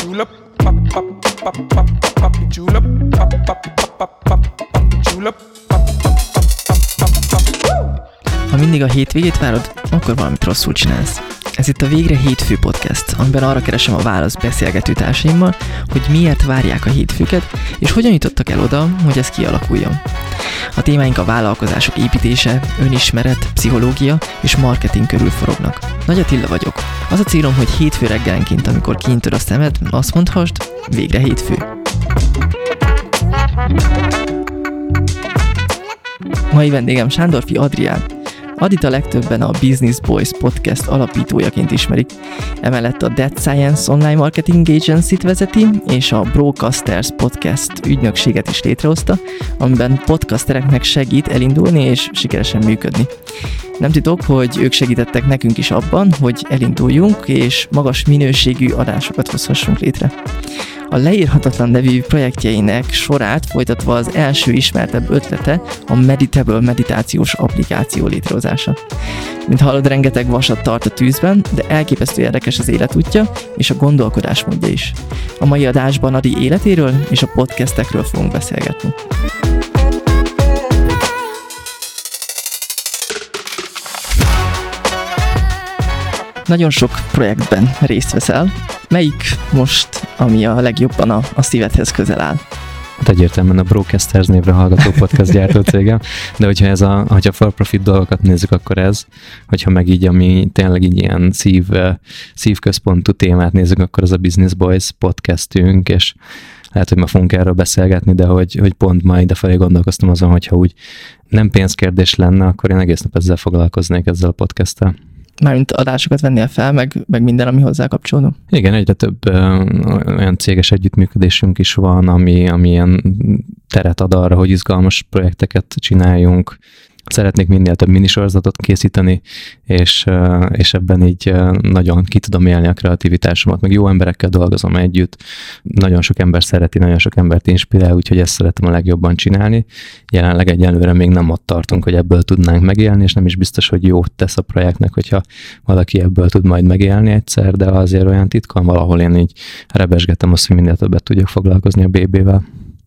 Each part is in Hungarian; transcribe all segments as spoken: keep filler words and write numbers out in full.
julep, pop pop pop pop pop julep, pop pop pop pop pop julep, pop pop pop pop pop. Ha mindig a hétvégét várod, akkor valamit rosszul csinálsz. Ez itt a Végre Hétfő Podcast, amiben arra keresem a választ beszélgető társaimmal, hogy miért várják a hétfőket, és hogyan jutottak el oda, hogy ez kialakuljon. A témáink a vállalkozások építése, önismeret, pszichológia és marketing körül forognak. Nagy Attila vagyok. Az a célom, hogy hétfő reggelenként, amikor kiintod a szemed, azt mondhassd, végre hétfő. Mai vendégem Sándorfi Adrián. Adit a legtöbben a Business Boys podcast alapítójaként ismerik. Emellett a Dead Science Online Marketing Agency-t vezeti, és a Brocasters podcast ügynökséget is létrehozta, amiben podcastereknek segít elindulni és sikeresen működni. Nem titok, hogy ők segítettek nekünk is abban, hogy elinduljunk, és magas minőségű adásokat hozhassunk létre. A Leírhatatlan nevű projektjeinek sorát folytatva az első ismertebb ötlete a Meditable meditációs applikáció létrehozása. Mint hallod, rengeteg vasat tart a tűzben, de elképesztő érdekes az életútja és a gondolkodásmódja is. A mai adásban Adi életéről és a podcastekről fogunk beszélgetni. Nagyon sok projektben részt veszel. Melyik most, ami a legjobban a, a szívedhez közel áll? Hát egyértelműen a Brocasters névre hallgató podcast gyártó cégem, de hogyha ez a, hogyha for profit dolgokat nézzük, akkor ez, hogyha meg így, ami tényleg így ilyen szív, szívközpontú témát nézzük, akkor az a Business Boys podcastünk, és lehet, hogy ma fogunk erről beszélgetni, de hogy, hogy pont ma idefelé gondolkoztam azon, hogyha úgy nem pénzkérdés lenne, akkor én egész nap ezzel foglalkoznék, ezzel a podcasttel. Mármint adásokat vennél fel, meg, meg minden, ami hozzá kapcsolódó? Igen, egyre több ö, olyan céges együttműködésünk is van, ami, ami ilyen teret ad arra, hogy izgalmas projekteket csináljunk. Szeretnék minél több minisorozatot készíteni, és, és ebben így nagyon ki tudom élni a kreativitásomat, meg jó emberekkel dolgozom együtt. Nagyon sok ember szereti, nagyon sok embert inspirál, úgyhogy ezt szeretem a legjobban csinálni. Jelenleg egyelőre még nem ott tartunk, hogy ebből tudnánk megélni, és nem is biztos, hogy jót tesz a projektnek, hogyha valaki ebből tud majd megélni egyszer, de azért olyan titkon valahol én így rebesgetem azt, hogy minél többet tudjak foglalkozni a bé bé-vel.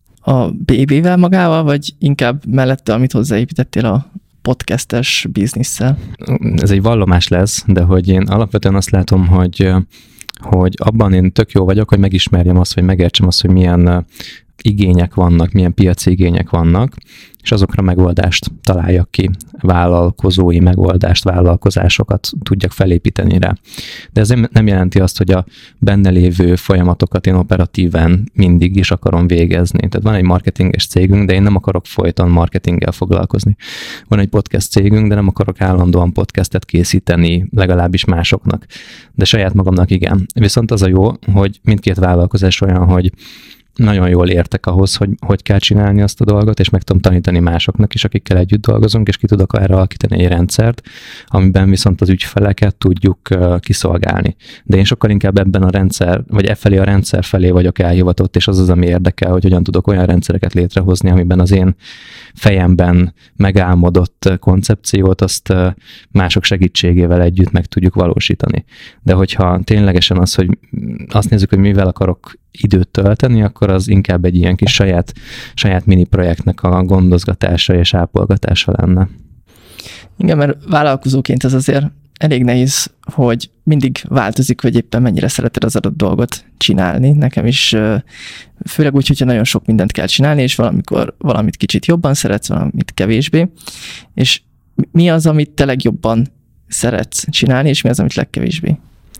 A bé bé-vel magával, vagy inkább mellette, amit hozzáépítettél a podcastes bizniszsel? Ez egy vallomás lesz, de hogy én alapvetően azt látom, hogy, hogy abban én tök jó vagyok, hogy megismerjem azt, hogy megértsem azt, hogy milyen igények vannak, milyen piaci igények vannak, és azokra megoldást találjak ki, vállalkozói megoldást, vállalkozásokat tudjak felépíteni rá. De ez nem jelenti azt, hogy a benne lévő folyamatokat én operatíven mindig is akarom végezni. Tehát van egy marketinges cégünk, de én nem akarok folyton marketinggel foglalkozni. Van egy podcast cégünk, de nem akarok állandóan podcastet készíteni, legalábbis másoknak. De saját magamnak igen. Viszont az a jó, hogy mindkét vállalkozás olyan, hogy nagyon jól értek ahhoz, hogy hogy kell csinálni azt a dolgot, és meg tudom tanítani másoknak is, akikkel együtt dolgozunk, és ki tudok erre alakítani egy rendszert, amiben viszont az ügyfeleket tudjuk uh, kiszolgálni. De én sokkal inkább ebben a rendszer, vagy e felé a rendszer felé vagyok elhivatott, és az az, ami érdekel, hogy hogyan tudok olyan rendszereket létrehozni, amiben az én fejemben megálmodott koncepciót, azt uh, mások segítségével együtt meg tudjuk valósítani. De hogyha ténylegesen az, hogy azt nézzük, hogy mivel akarok időt tölteni, akkor az inkább egy ilyen kis saját, saját mini projektnek a gondozgatása és ápolgatása lenne. Igen, mert vállalkozóként ez azért elég nehéz, hogy mindig változik, hogy éppen mennyire szereted az adott dolgot csinálni. Nekem is főleg úgy, hogyha nagyon sok mindent kell csinálni, és valamikor valamit kicsit jobban szeretsz, valamit kevésbé. És mi az, amit te legjobban szeretsz csinálni, és mi az, amit legkevésbé?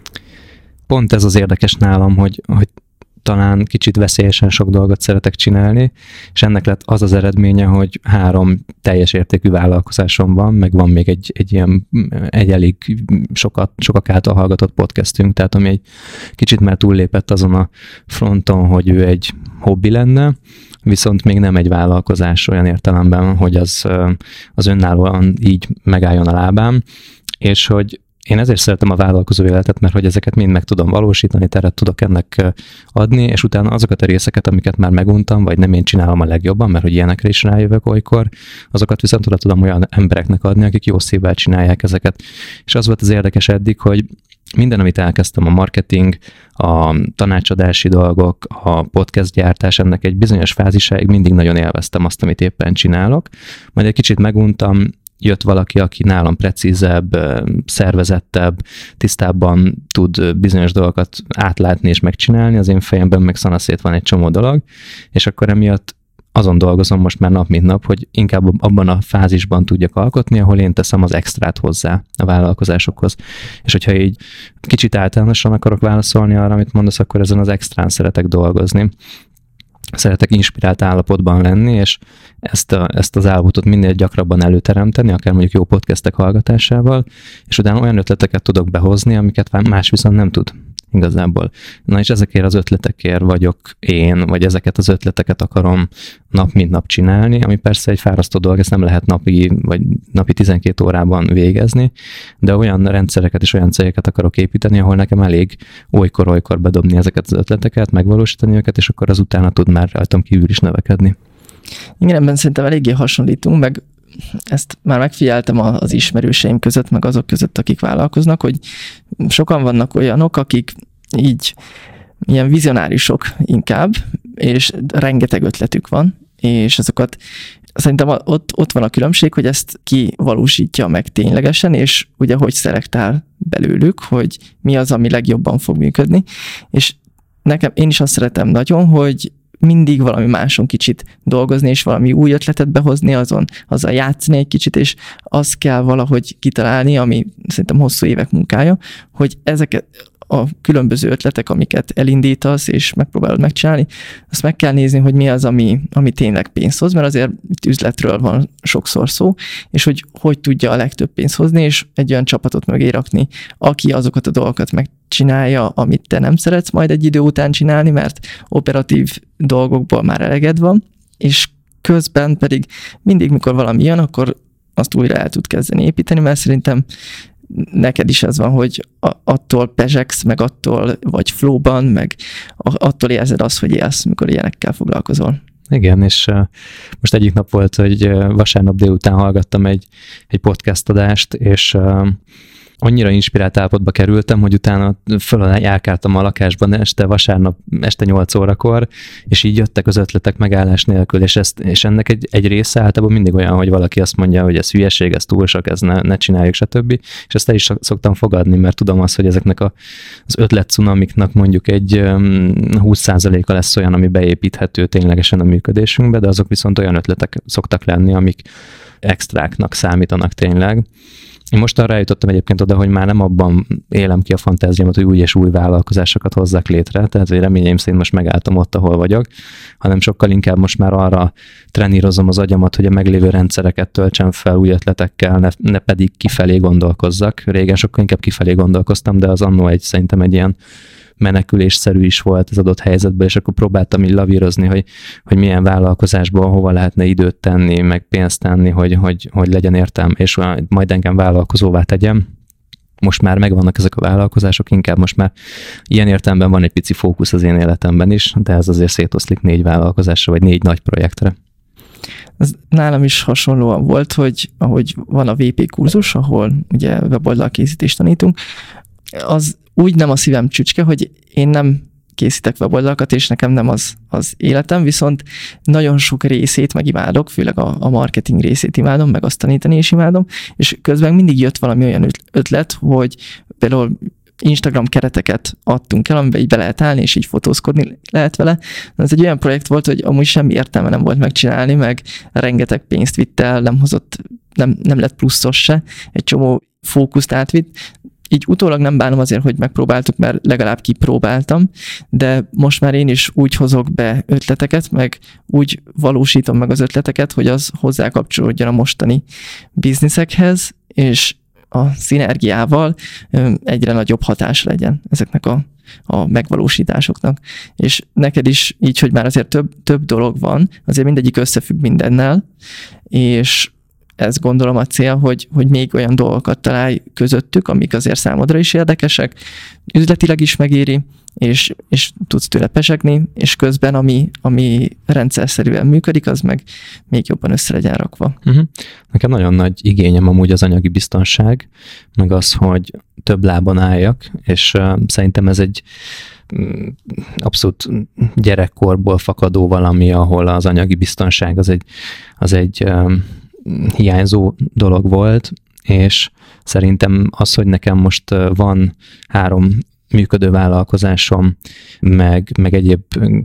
Pont ez az érdekes nálam, hogy, hogy talán kicsit veszélyesen sok dolgot szeretek csinálni, és ennek lett az az eredménye, hogy három teljes értékű vállalkozásom van, meg van még egy, egy ilyen egy elég sokat, sokak által hallgatott podcastünk, tehát ami egy kicsit már túllépett azon a fronton, hogy ő egy hobbi lenne, viszont még nem egy vállalkozás olyan értelemben, hogy az, az önállóan így megálljon a lábám, és hogy én ezért szeretem a vállalkozó életet, mert hogy ezeket mind meg tudom valósítani, teret tudok ennek adni, és utána azokat a részeket, amiket már meguntam, vagy nem én csinálom a legjobban, mert hogy ilyenekre is rájövök olykor, azokat viszont oda tudom olyan embereknek adni, akik jó szívvel csinálják ezeket. És az volt az érdekes eddig, hogy minden, amit elkezdtem, a marketing, a tanácsadási dolgok, a podcast gyártás, ennek egy bizonyos fázisáig mindig nagyon élveztem azt, amit éppen csinálok. Majd egy kicsit meguntam, jött valaki, aki nálam precízebb, szervezettebb, tisztábban tud bizonyos dolgokat átlátni és megcsinálni, az én fejemben meg szanaszét van egy csomó dolog, és akkor emiatt azon dolgozom most már nap mint nap, hogy inkább abban a fázisban tudjak alkotni, ahol én teszem az extrát hozzá a vállalkozásokhoz. És hogyha így kicsit általánosan akarok válaszolni arra, amit mondasz, akkor ezen az extrán szeretek dolgozni. Szeretek inspirált állapotban lenni, és ezt, a, ezt az állapotot minél gyakrabban előteremteni, akár mondjuk jó podcastek hallgatásával, és utána olyan ötleteket tudok behozni, amiket más viszont nem tud igazából. Na és ezekért az ötletekért vagyok én, vagy ezeket az ötleteket akarom nap mint nap csinálni, ami persze egy fárasztó dolog, ezt nem lehet napi, vagy napi tizenkét órában végezni, de olyan rendszereket és olyan cégeket akarok építeni, ahol nekem elég olykor-olykor bedobni ezeket az ötleteket, megvalósítani őket, és akkor az utána tud már rajtam kívül is növekedni. Igen, ebben szerintem eléggé hasonlítunk, meg ezt már megfigyeltem az ismerőseim között, meg azok között, akik vállalkoznak, hogy sokan vannak olyanok, akik így ilyen vizionárisok inkább, és rengeteg ötletük van, és azokat szerintem ott, ott van a különbség, hogy ezt kivalósítja meg ténylegesen, és ugye hogy szelektál belőlük, hogy mi az, ami legjobban fog működni, és nekem én is azt szeretem nagyon, hogy mindig valami máson kicsit dolgozni, és valami új ötletet behozni, azon, azzal játszani egy kicsit, és azt kell valahogy kitalálni, ami szerintem hosszú évek munkája, hogy ezeket a különböző ötletek, amiket elindítasz, és megpróbálod megcsinálni, azt meg kell nézni, hogy mi az, ami, ami tényleg pénzt hoz, mert azért itt üzletről van sokszor szó, és hogy hogy tudja a legtöbb pénzt hozni, és egy olyan csapatot mögé rakni, aki azokat a dolgokat megcsinálja, amit te nem szeretsz majd egy idő után csinálni, mert operatív dolgokból már eleged van, és közben pedig mindig, mikor valami jön, akkor azt újra el tud kezdeni építeni, mert szerintem neked is ez van, hogy attól pezsegsz, meg attól vagy flowban, meg attól érzed azt, hogy élsz, mikor ilyenekkel foglalkozol. Igen, és uh, most egyik nap volt, hogy uh, vasárnap délután hallgattam egy, egy podcast adást, és uh, annyira inspirált állapotba kerültem, hogy utána föl járkáltam a lakásban este vasárnap este nyolc órakor, és így jöttek az ötletek megállás nélkül, és, ezt, és ennek egy, egy része általában mindig olyan, hogy valaki azt mondja, hogy ez hülyeség, ez túl sok, ez ne, ne csináljuk, stb. És ezt el is szoktam fogadni, mert tudom azt, hogy ezeknek a, az ötletcunamiknak mondjuk egy um, húsz százaléka lesz olyan, ami beépíthető ténylegesen a működésünkbe, de azok viszont olyan ötletek szoktak lenni, amik extráknak számítanak tényleg. Én most arra jutottam egyébként oda, hogy már nem abban élem ki a fantáziámat, hogy új és új vállalkozásokat hozzak létre, tehát hogy reményeim szerint most megálltam ott, ahol vagyok, hanem sokkal inkább most már arra trenírozom az agyamat, hogy a meglévő rendszereket töltsem fel új ötletekkel, ne, ne pedig kifelé gondolkozzak. Régen sokkal inkább kifelé gondolkoztam, de az annó egy szerintem egy ilyen menekülésszerű is volt az adott helyzetben, és akkor próbáltam így lavírozni, hogy, hogy milyen vállalkozásból hova lehetne időt tenni, meg pénzt tenni, hogy, hogy, hogy legyen értelme, és majd engem vállalkozóvá tegyem. Most már megvannak ezek a vállalkozások, inkább most már ilyen értelemben van egy pici fókusz az én életemben is, de ez azért szétoszlik négy vállalkozásra, vagy négy nagy projektre. Ez nálam is hasonlóan volt, hogy ahogy van a vé pé kurzus, ahol ugye weboldalkészítést tanítunk, az úgy nem a szívem csücske, hogy én nem készítek weboldalakat, és nekem nem az, az életem, viszont nagyon sok részét megimádok, főleg a, a marketing részét imádom, meg azt tanítani is imádom, és közben mindig jött valami olyan ötlet, hogy például Instagram kereteket adtunk el, amiben így be lehet állni, és így fotózkodni lehet vele. Ez egy olyan projekt volt, hogy amúgy semmi értelme nem volt megcsinálni, meg rengeteg pénzt vitt el, nem hozott, nem, nem lett pluszos se, egy csomó fókuszt átvitt. Így utólag nem bánom azért, hogy megpróbáltuk, mert legalább kipróbáltam, de most már én is úgy hozok be ötleteket, meg úgy valósítom meg az ötleteket, hogy az hozzákapcsolódjon a mostani bizniszekhez, és a szinergiával egyre nagyobb hatás legyen ezeknek a, a megvalósításoknak. És neked is így, hogy már azért több, több dolog van, azért mindegyik összefügg mindennel, és ez gondolom a cél, hogy, hogy még olyan dolgokat találj közöttük, amik azért számodra is érdekesek, üzletileg is megéri, és, és tudsz tőle pesegni, és közben ami, ami rendszerszerűen működik, az meg még jobban össze legyen rakva. Uh-huh. Nekem nagyon nagy igényem amúgy az anyagi biztonság, meg az, hogy több lábon álljak, és uh, szerintem ez egy um, abszolút gyerekkorból fakadó valami, ahol az anyagi biztonság az egy, az egy um, hiányzó dolog volt, és szerintem az, hogy nekem most uh, van három működő vállalkozásom, meg, meg egyéb,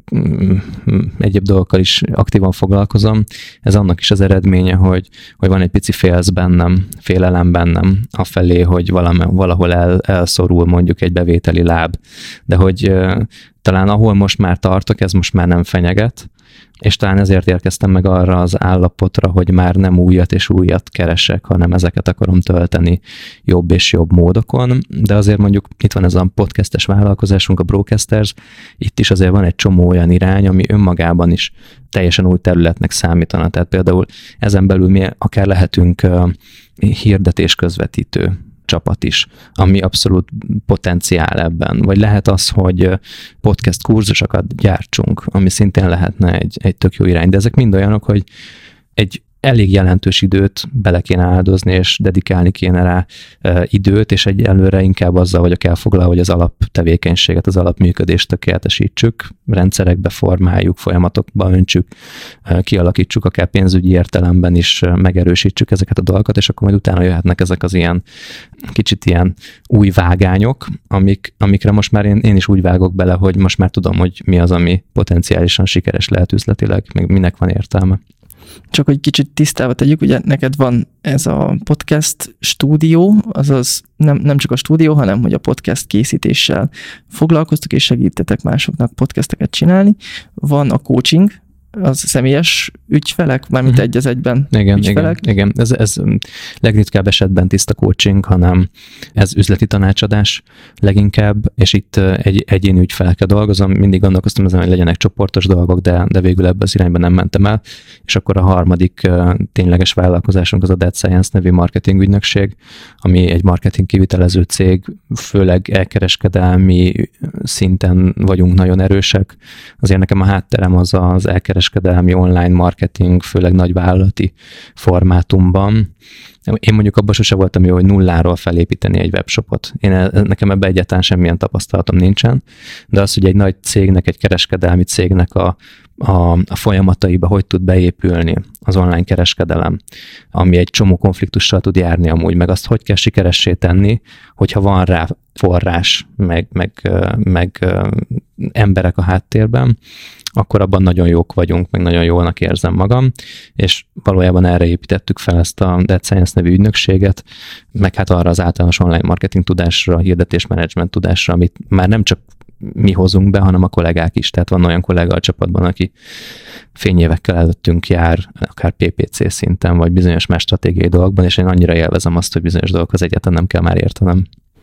egyéb dolgokkal is aktívan foglalkozom. Ez annak is az eredménye, hogy, hogy van egy pici félsz bennem, félelem bennem afelé, hogy valami, valahol el, elszorul mondjuk egy bevételi láb. De hogy talán ahol most már tartok, ez most már nem fenyeget, és talán ezért érkeztem meg arra az állapotra, hogy már nem újat és újat keresek, hanem ezeket akarom tölteni jobb és jobb módokon, de azért mondjuk itt van ez a podcastes vállalkozásunk, a Brocasters, itt is azért van egy csomó olyan irány, ami önmagában is teljesen új területnek számítana, tehát például ezen belül mi akár lehetünk uh, hirdetés közvetítő csapat is, ami abszolút potenciál ebben. Vagy lehet az, hogy podcast kurzusokat gyártsunk, ami szintén lehetne egy, egy tök jó irány. De ezek mind olyanok, hogy egy elég jelentős időt bele kéne áldozni, és dedikálni kéne rá e, időt, és egyelőre inkább azzal vagyok elfoglalva, hogy az alaptevékenységet, az alapműködést tökéletesítsük, rendszerekbe formáljuk, folyamatokba öntsük, e, kialakítsuk, akár pénzügyi értelemben is e, megerősítsük ezeket a dolgokat, és akkor majd utána jöhetnek ezek az ilyen kicsit ilyen új vágányok, amik, amikre most már én, én is úgy vágok bele, hogy most már tudom, hogy mi az, ami potenciálisan sikeres lehet üzletileg, meg minek van értelme. Csak hogy kicsit tisztába tegyük, ugye neked van ez a podcast stúdió, azaz nem, nem csak a stúdió, hanem hogy a podcast készítéssel foglalkoztok és segítetek másoknak podcasteket csinálni. Van a coaching, az személyes ügyfelek, mármint uh-huh. egy az egyben igen, ügyfelek. Igen, igen. Ez, ez legritkább esetben tiszta coaching, hanem ez üzleti tanácsadás leginkább, és itt egy egyéni ügyfelekkel dolgozom. Mindig gondolkoztam ezen, hogy legyenek csoportos dolgok, de, de végül ebbe az irányba nem mentem el. És akkor a harmadik uh, tényleges vállalkozásunk az a Dead Science nevű marketing ügynökség, ami egy marketing kivitelező cég, főleg elkereskedelmi szinten vagyunk nagyon erősek. Azért nekem a hátterem az az elkereskedelmi online marketing, főleg nagyvállalati formátumban. Én mondjuk abban sose voltam jó, hogy nulláról felépíteni egy webshopot. Én, nekem ebben egyáltalán semmilyen tapasztalatom nincsen, de az, hogy egy nagy cégnek, egy kereskedelmi cégnek a, a, a folyamataiba hogy tud beépülni az online kereskedelem, ami egy csomó konfliktussal tud járni amúgy, meg azt hogy kell sikeressé tenni, hogyha van rá forrás, meg, meg, meg emberek a háttérben, akkor abban nagyon jók vagyunk, meg nagyon jólnak érzem magam, és valójában erre építettük fel ezt a Dead Science nevű ügynökséget, meg hát arra az általános online marketing tudásra, hirdetésmenedzsment tudásra, amit már nem csak mi hozunk be, hanem a kollégák is. Tehát van olyan kollega a csapatban, aki fényévekkel előttünk jár, akár pé pé cé szinten, vagy bizonyos más stratégiai dolgokban, és én annyira élvezem azt, hogy bizonyos dolgokhoz egyáltalán nem kell már értenem.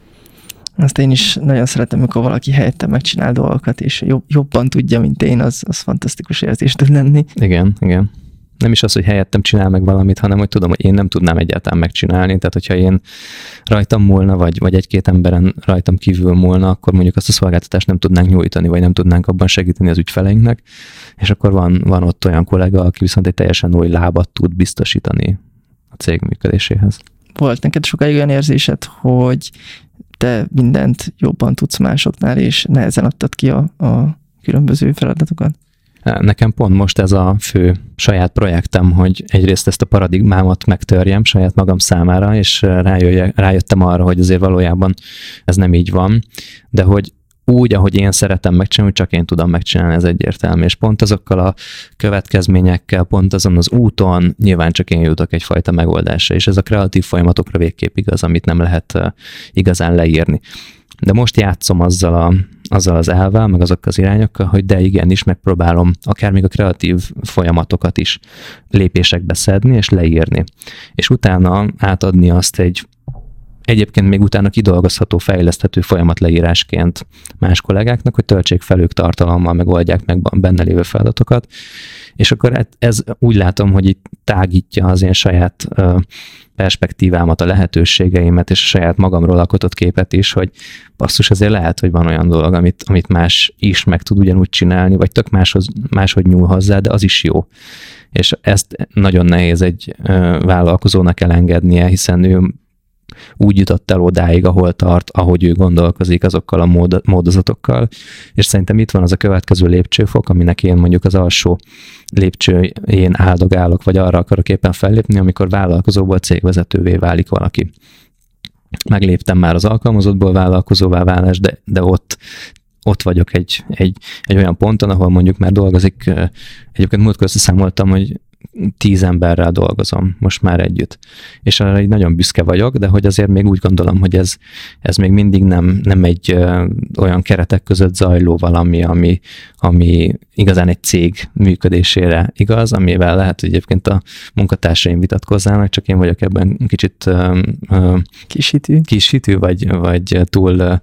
Azt én is nagyon szeretem, amikor valaki helyettem megcsinál dolgokat, és jobb, jobban tudja, mint én, az, az fantasztikus érzés tud lenni. Igen, igen. Nem is az, hogy helyettem csinál meg valamit, hanem hogy tudom, hogy én nem tudnám egyáltalán megcsinálni. Tehát, hogyha én rajtam múlna, vagy, vagy egy-két emberen rajtam kívül múlna, akkor mondjuk azt a szolgáltatást nem tudnánk nyújtani, vagy nem tudnánk abban segíteni az ügyfeleinknek. És akkor van, van ott olyan kollega, aki viszont egy teljesen új lábat tud biztosítani a cég működéséhez. Volt neked sokáig olyan érzésed, hogy te mindent jobban tudsz másoknál, és nehezen adtad ki a, a különböző feladatokat? Nekem pont most ez a fő saját projektem, hogy egyrészt ezt a paradigmámat megtörjem saját magam számára, és rájöjje, rájöttem arra, hogy azért valójában ez nem így van, de hogy úgy, ahogy én szeretem megcsinálni, csak én tudom megcsinálni, ez egyértelmű. És pont azokkal a következményekkel, pont azon az úton nyilván csak én jutok egyfajta megoldásra, és ez a kreatív folyamatokra végképp igaz, amit nem lehet igazán leírni. De most játszom azzal, a, azzal az elvvel, meg azokkal az irányokkal, hogy de igenis megpróbálom akár még a kreatív folyamatokat is lépésekbe szedni és leírni. És utána átadni azt egy egyébként még utána kidolgozható, fejleszthető folyamat leírásként más kollégáknak, hogy töltsék fel ők tartalommal, megoldják meg benne lévő feladatokat. És akkor ez úgy látom, hogy itt tágítja az én saját perspektívámat, a lehetőségeimet, és a saját magamról alkotott képet is, hogy basszus, azért lehet, hogy van olyan dolog, amit, amit más is meg tud ugyanúgy csinálni, vagy tök máshoz, máshogy nyúl hozzá, de az is jó. És ezt nagyon nehéz egy vállalkozónak elengednie, hiszen ő úgy jutott el odáig, ahol tart, ahogy ő gondolkozik azokkal a mód, módozatokkal, és szerintem itt van az a következő lépcsőfok, aminek én mondjuk az alsó lépcsőjén áldogálok, vagy arra akarok éppen fellépni, amikor vállalkozóból cégvezetővé válik valaki. Megléptem már az alkalmazottból vállalkozóvá válás, de, de ott ott vagyok egy, egy, egy olyan ponton, ahol mondjuk már dolgozik, egyébként múltkor összeszámoltam, hogy tíz emberrel dolgozom most már együtt. És arra így nagyon büszke vagyok, de hogy azért még úgy gondolom, hogy ez, ez még mindig nem, nem egy ö, olyan keretek között zajló valami, ami, ami igazán egy cég működésére igaz, amivel lehet, hogy egyébként a munkatársaim vitatkoznának, csak én vagyok ebben kicsit ö, ö, Kisítő. Kisítő, vagy, vagy túl ö,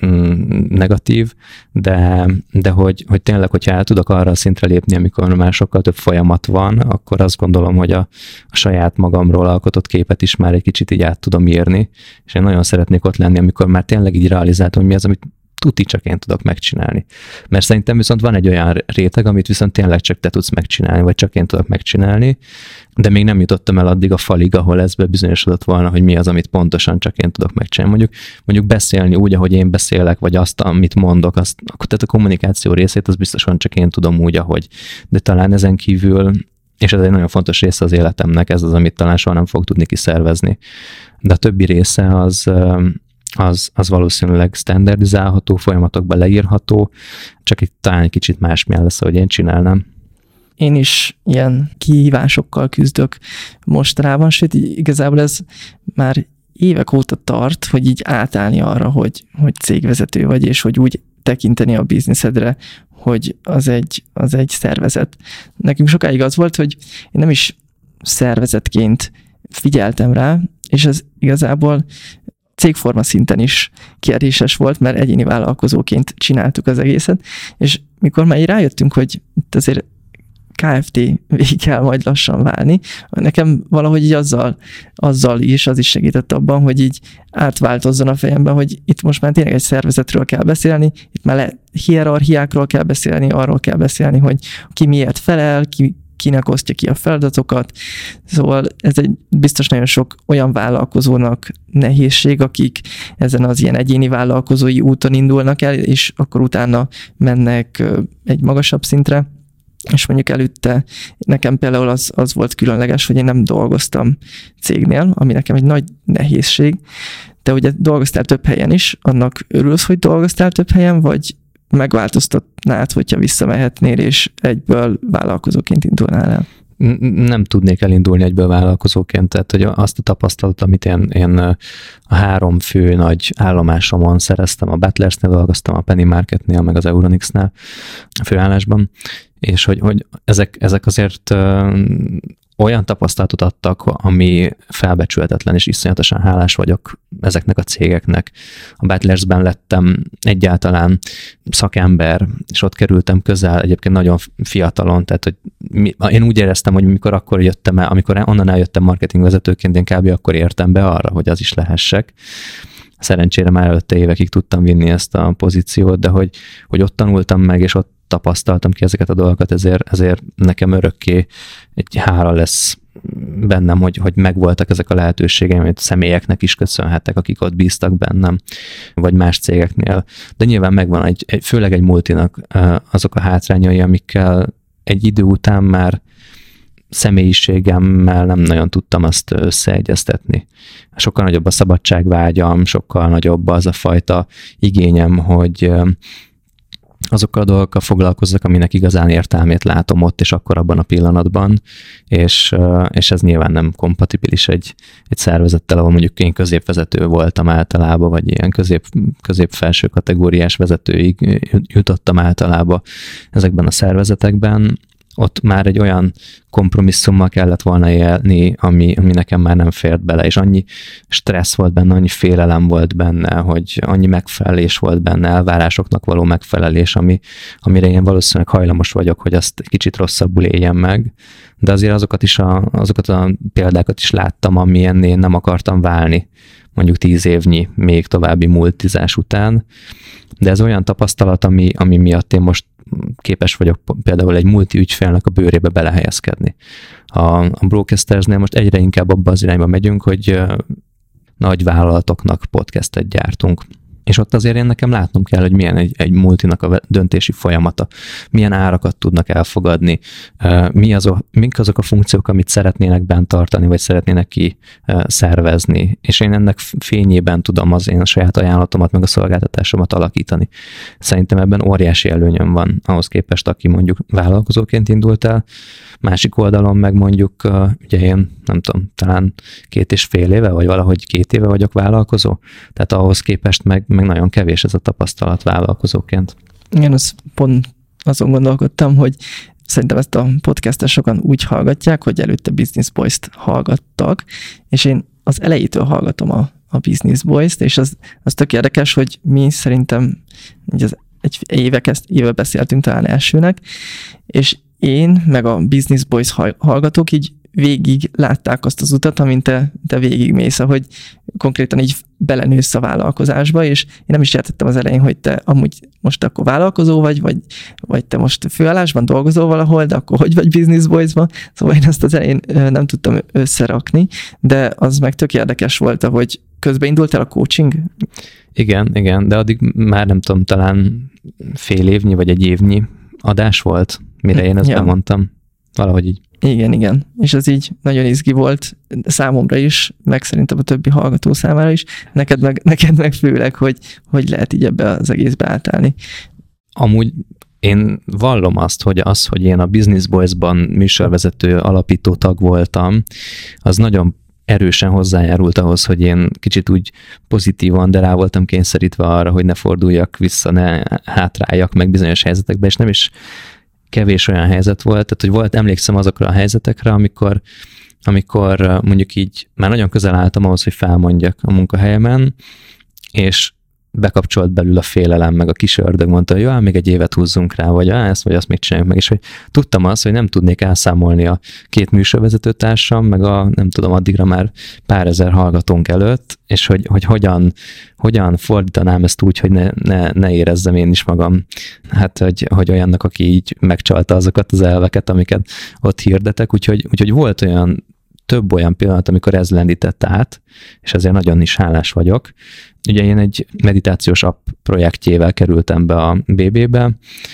negatív, de, de hogy, hogy tényleg, hogyha el tudok arra a szintre lépni, amikor már sokkal több folyamat van, akkor azt gondolom, hogy a, a saját magamról alkotott képet is már egy kicsit így át tudom írni, és én nagyon szeretnék ott lenni, amikor már tényleg így realizáltam, hogy mi az, amit tuti csak én tudok megcsinálni. Mert szerintem viszont van egy olyan réteg, amit viszont tényleg csak te tudsz megcsinálni, vagy csak én tudok megcsinálni, de még nem jutottam el addig a falig, ahol ez bebizonyosodott volna, hogy mi az, amit pontosan csak én tudok megcsinálni. Mondjuk, mondjuk beszélni úgy, ahogy én beszélek, vagy azt, amit mondok, azt, tehát a kommunikáció részét, az biztosan csak én tudom úgy, ahogy. De talán ezen kívül, és ez egy nagyon fontos része az életemnek, ez az, amit talán soha nem fog tudni kiszervezni. De a többi része az, az, az valószínűleg standardizálható, folyamatokba leírható, csak itt talán egy kicsit másmilyen lesz, ahogy én csinálnám. Én is ilyen kihívásokkal küzdök mostanában, sőt, igazából ez már évek óta tart, hogy így átállni arra, hogy, hogy cégvezető vagy, és hogy úgy tekinteni a bizniszedre, hogy az egy, az egy szervezet. Nekünk sokáig az volt, hogy én nem is szervezetként figyeltem rá, és ez igazából cégforma szinten is kérdéses volt, mert egyéni vállalkozóként csináltuk az egészet, és mikor már így rájöttünk, hogy itt azért Kft-vé kell majd lassan válni, nekem valahogy így azzal, azzal is, az is segített abban, hogy így átváltozzon a fejemben, hogy itt most már tényleg egy szervezetről kell beszélni, itt már le, hierarchiákról kell beszélni, arról kell beszélni, hogy ki miért felel, ki, kinek osztja ki a feladatokat. Szóval ez egy biztos nagyon sok olyan vállalkozónak nehézség, akik ezen az ilyen egyéni vállalkozói úton indulnak el, és akkor utána mennek egy magasabb szintre. És mondjuk előtte nekem például az, az volt különleges, hogy én nem dolgoztam cégnél, ami nekem egy nagy nehézség, de ugye dolgoztál több helyen is, annak örülsz, hogy dolgoztál több helyen, vagy megváltoztatnád, hogyha visszamehetnél, és egyből vállalkozóként indulnál el? Nem tudnék elindulni egyből vállalkozóként, tehát hogy azt a tapasztalatot, amit én, én a három fő nagy állomásomon szereztem, a Butlers-nél dolgoztam, a Penny Marketnél, meg az Euronics-nál a főállásban, és hogy, hogy ezek, ezek azért ö, olyan tapasztalatot adtak, ami felbecsülhetetlen, és iszonyatosan hálás vagyok ezeknek a cégeknek. A Butlersben lettem egyáltalán szakember, és ott kerültem közel, egyébként nagyon fiatalon, tehát hogy mi, én úgy éreztem, hogy mikor akkor jöttem el, amikor onnan eljöttem marketingvezetőként, én kb. Akkor értem be arra, hogy az is lehessek. Szerencsére már előtte évekig tudtam vinni ezt a pozíciót, de hogy, hogy ott tanultam meg, és ott tapasztaltam ki ezeket a dolgokat, ezért, ezért nekem örökké egy hála lesz bennem, hogy, hogy megvoltak ezek a lehetőségeim, amit személyeknek is köszönhetek, akik ott bíztak bennem, vagy más cégeknél. De nyilván megvan, egy, egy, főleg egy multinak azok a hátrányai, amikkel egy idő után már személyiségemmel nem nagyon tudtam azt összeegyeztetni. Sokkal nagyobb a szabadságvágyam, sokkal nagyobb az a fajta igényem, hogy azokkal a dolgokkal foglalkozzak, aminek igazán értelmét látom ott, és akkor abban a pillanatban, és, és ez nyilván nem kompatibilis egy, egy szervezettel, ahol mondjuk én középvezető voltam általában, vagy ilyen közép, közép-felső kategóriás vezetőig jutottam általában ezekben a szervezetekben. Ott már egy olyan kompromisszummal kellett volna élni, ami, ami nekem már nem fért bele, és annyi stressz volt benne, annyi félelem volt benne, hogy annyi megfelelés volt benne, elvárásoknak való megfelelés, ami, amire én valószínűleg hajlamos vagyok, hogy azt egy kicsit rosszabbul éljem meg, de azért azokat, is a, azokat a példákat is láttam, amilyen én nem akartam válni, mondjuk tíz évnyi még további multizás után, de ez olyan tapasztalat, ami, ami miatt én most képes vagyok például egy multi ügyfélnek a bőrébe belehelyezkedni. A, a Brocasters-nél most egyre inkább abba az irányba megyünk, hogy nagy vállalatoknak podcastet gyártunk. És ott azért én nekem látnom kell, hogy milyen egy, egy multinak a döntési folyamata, milyen árakat tudnak elfogadni, mi azok, mik azok a funkciók, amit szeretnének bent tartani, vagy szeretnének ki szervezni. És én ennek fényében tudom az én saját ajánlatomat, meg a szolgáltatásomat alakítani. Szerintem ebben óriási előnyöm van ahhoz képest, aki mondjuk vállalkozóként indult el, másik oldalon meg mondjuk, ugye én nem tudom, talán két és fél éve, vagy valahogy két éve vagyok vállalkozó, tehát ahhoz képest meg, meg nagyon kevés ez a tapasztalat vállalkozóként. Igen, az pont azon gondolkodtam, hogy szerintem ezt a podcastet sokan úgy hallgatják, hogy előtte Business Boys-t hallgattak, és én az elejétől hallgatom a, a Business Boys-t, és az, az tök érdekes, hogy mi szerintem így az egy éve, kezd, éve beszéltünk talán elsőnek, és én, meg a Business Boys hallgatók így végig látták azt az utat, amint te, te végigmész, hogy konkrétan így belenősz a vállalkozásba, és én nem is értettem az elején, hogy te amúgy most akkor vállalkozó vagy, vagy, vagy te most főállásban dolgozol valahol, de akkor hogy vagy Business Boys-ban? Szóval én ezt az elején nem tudtam összerakni, de az meg tök érdekes volt, hogy közben indult el a coaching? Igen, igen, de addig már nem tudom, talán fél évnyi vagy egy évnyi adás volt, mire én ezt ja. bemondtam. Valahogy így. Igen, igen. És ez így nagyon izgi volt számomra is, meg szerintem a többi hallgató számára is. Neked meg, neked meg főleg, hogy, hogy lehet így ebbe az egészbe átállni. Amúgy én vallom azt, hogy az, hogy én a Business Boys-ban műsorvezető alapító tag voltam, az nagyon erősen hozzájárult ahhoz, hogy én kicsit úgy pozitívan, de rá voltam kényszerítve arra, hogy ne forduljak vissza, ne hátráljak meg bizonyos helyzetekbe, és nem is kevés olyan helyzet volt, tehát hogy volt, emlékszem azokra a helyzetekre, amikor, amikor mondjuk így már nagyon közel álltam ahhoz, hogy felmondjak a munkahelyemen, és bekapcsolt belül a félelem, meg a kis ördög mondta, hogy jó, még egy évet húzzunk rá, vagy ezt, vagy azt még csináljuk meg, és hogy tudtam azt, hogy nem tudnék elszámolni a két műsorvezetőtársam, meg a nem tudom, addigra már pár ezer hallgatónk előtt, és hogy, hogy hogyan, hogyan fordítanám ezt úgy, hogy ne, ne, ne érezzem én is magam, hát, hogy, hogy olyannak, aki így megcsalta azokat az elveket, amiket ott hirdetek, úgyhogy, úgyhogy volt olyan több olyan pillanat, amikor ez lendített át, és ezért nagyon is hálás vagyok. Ugye én egy meditációs app projektjével kerültem be a bé bé-be.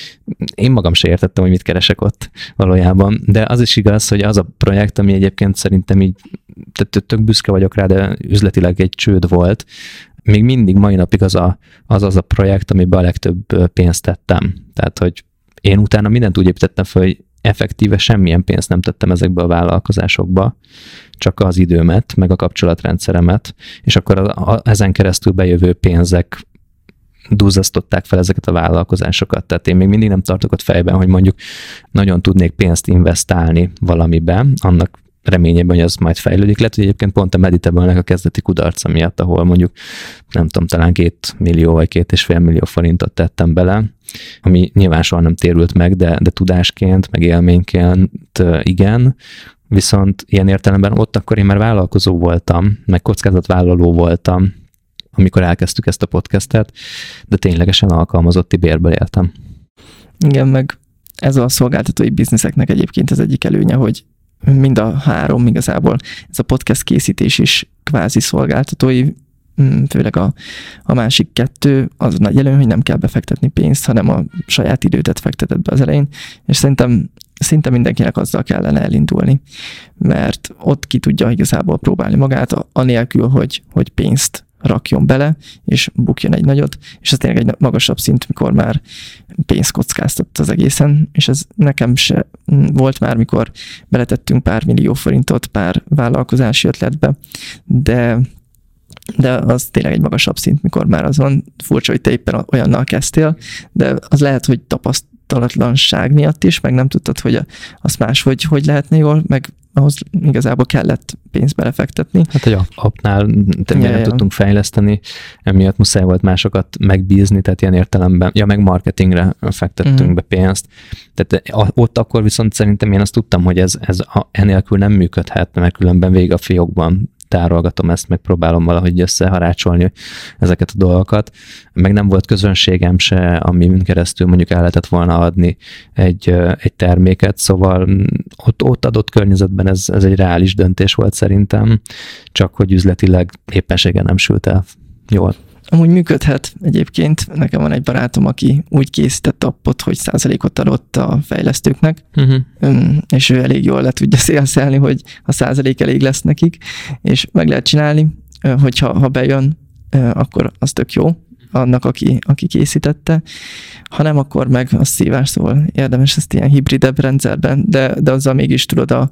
Én magam se értettem, hogy mit keresek ott valójában, de az is igaz, hogy az a projekt, ami egyébként szerintem így, tehát tök büszke vagyok rá, de üzletileg egy csőd volt, még mindig mai napig az a, az, az a projekt, amiben a legtöbb pénzt tettem. Tehát, hogy én utána mindent úgy építettem fel, hogy effektíve semmilyen pénzt nem tettem ezekbe a vállalkozásokba, csak az időmet, meg a kapcsolatrendszeremet, és akkor a, a, ezen keresztül bejövő pénzek duzzasztották fel ezeket a vállalkozásokat. Tehát én még mindig nem tartok ott fejben, hogy mondjuk nagyon tudnék pénzt investálni valamibe, annak reményében, hogy az majd fejlődik. Lehet, hogy egyébként pont a Meditable-nek a kezdeti kudarca miatt, ahol mondjuk, nem tudom, talán két millió vagy két és fél millió forintot tettem bele, ami nyilván soha nem térült meg, de, de tudásként, meg élményként igen, viszont ilyen értelemben ott akkor én már vállalkozó voltam, meg kockázatvállaló voltam, amikor elkezdtük ezt a podcastet, de ténylegesen alkalmazotti bérből éltem. Igen, meg ez a szolgáltatói bizniszeknek egyébként az egyik előnye, hogy mind a három igazából, ez a podcast készítés is kvázi szolgáltatói, főleg a, a másik kettő, az nagy előny, hogy nem kell befektetni pénzt, hanem a saját idődet fekteted be az elején, és szerintem szinte mindenkinek azzal kellene elindulni, mert ott ki tudja igazából próbálni magát, anélkül, hogy, hogy pénzt rakjon bele, és bukjon egy nagyot, és ez tényleg egy magasabb szint, mikor már pénzt kockáztat az egészen, és ez nekem se volt már, mikor beletettünk pár millió forintot pár vállalkozási ötletbe, de de az tényleg egy magasabb szint, mikor már az van, furcsa, hogy te éppen olyannal kezdtél, de az lehet, hogy tapasztalatlanság miatt is, meg nem tudtad, hogy azt máshogy hogy lehetne jól, meg ahhoz igazából kellett pénzt belefektetni. Hát egy appnál nem ja, tudtunk fejleszteni, emiatt muszáj volt másokat megbízni, tehát ilyen értelemben, ja, meg marketingre fektettünk mm-hmm. be pénzt. Tehát ott akkor viszont szerintem én azt tudtam, hogy ez, ez enélkül nem működhet, mert különben végig a fiókban tárolgatom ezt, meg próbálom valahogy összeharácsolni ezeket a dolgokat. Meg nem volt közönségem se, amin keresztül mondjuk el lehetett volna adni egy, egy terméket, szóval ott, ott adott környezetben ez, ez egy reális döntés volt szerintem, csak hogy üzletileg éppenséggel nem sült el jól. Amúgy működhet egyébként. Nekem van egy barátom, aki úgy készített appot, hogy százalékot adott a fejlesztőknek, uh-huh. és ő elég jól le tudja szélszelni, hogy a százalék elég lesz nekik, és meg lehet csinálni, hogyha ha bejön, akkor az tök jó annak, aki, aki készítette. Ha nem, akkor meg az szívás, szóval érdemes ezt ilyen hibridebb rendszerben, de, de azzal mégis tudod a,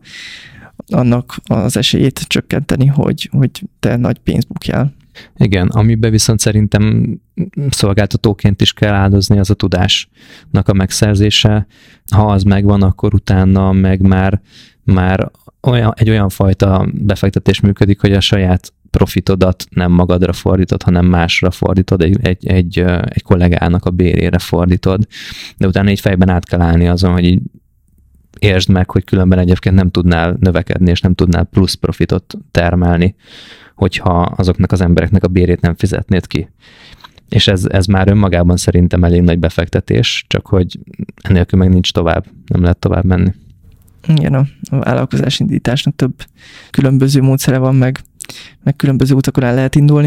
annak az esélyét csökkenteni, hogy, hogy te nagy pénzt bukjál. Igen, amiben viszont szerintem szolgáltatóként is kell áldozni, az a tudásnak a megszerzése. Ha az megvan, akkor utána meg már, már olyan, egy olyan fajta befektetés működik, hogy a saját profitodat nem magadra fordítod, hanem másra fordítod, egy, egy, egy, egy kollégának a bérére fordítod, de utána így fejben át kell állni azon, hogy így értsd meg, hogy különben egyébként nem tudnál növekedni, és nem tudnál plusz profitot termelni, hogyha azoknak az embereknek a bérét nem fizetnéd ki. És ez, ez már önmagában szerintem elég nagy befektetés, csak hogy enélkül meg nincs tovább, nem lehet tovább menni. Igen, a vállalkozásindításnak több különböző módszere van, meg, meg különböző utakon el lehet indulni.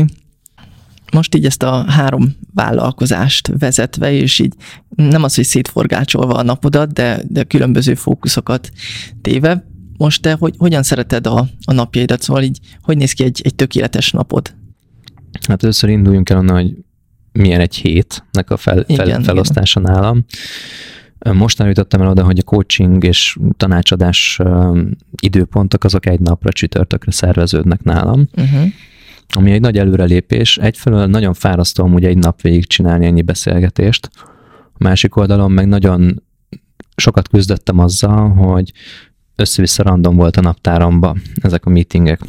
Most így ezt a három vállalkozást vezetve, és így nem az, hogy szétforgácsolva a napodat, de, de különböző fókuszokat téve, most te hogy, hogyan szereted a, a napjaidat? Szóval így, hogy néz ki egy, egy tökéletes napod? Hát először induljunk el onnan, hogy milyen egy hétnek a fel, fel, igen, felosztása igen. nálam. Mostanra jutottam el oda, hogy a coaching és tanácsadás időpontok azok egy napra, csütörtökre szerveződnek nálam. Uh-huh. Ami egy nagy előrelépés. Egyfelől nagyon fárasztó amúgy egy nap végig csinálni ennyi beszélgetést. A másik oldalon meg nagyon sokat küzdöttem azzal, hogy össze-vissza random volt a naptáromba ezek a meetingek.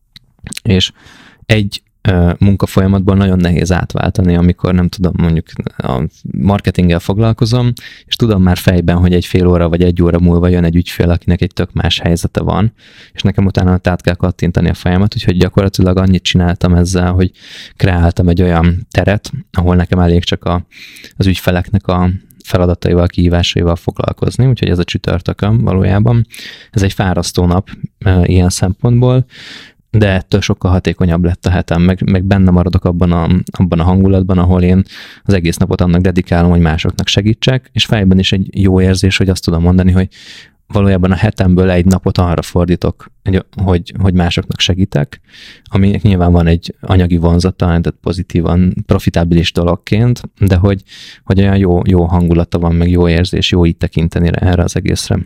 És egy uh, munkafolyamatból nagyon nehéz átváltani, amikor nem tudom, mondjuk a marketinggel foglalkozom, és tudom már fejben, hogy egy fél óra vagy egy óra múlva jön egy ügyfél, akinek egy tök más helyzete van, és nekem utána át kell kattintani a fejemet, úgyhogy gyakorlatilag annyit csináltam ezzel, hogy kreáltam egy olyan teret, ahol nekem elég csak a, az ügyfeleknek a feladataival, kihívásaival foglalkozni, úgyhogy ez a csütörtökön valójában. Ez egy fárasztó nap e, ilyen szempontból, de ettől sokkal hatékonyabb lett a hetem, meg, meg benne maradok abban a, abban a hangulatban, ahol én az egész napot annak dedikálom, hogy másoknak segítsek, és fejben is egy jó érzés, hogy azt tudom mondani, hogy valójában a hetemből egy napot arra fordítok, hogy, hogy másoknak segítek, aminek nyilván van egy anyagi vonzata, tehát pozitívan, profitábilis dologként, de hogy, hogy olyan jó, jó hangulata van, meg jó érzés, jó így tekinteni erre az egészre.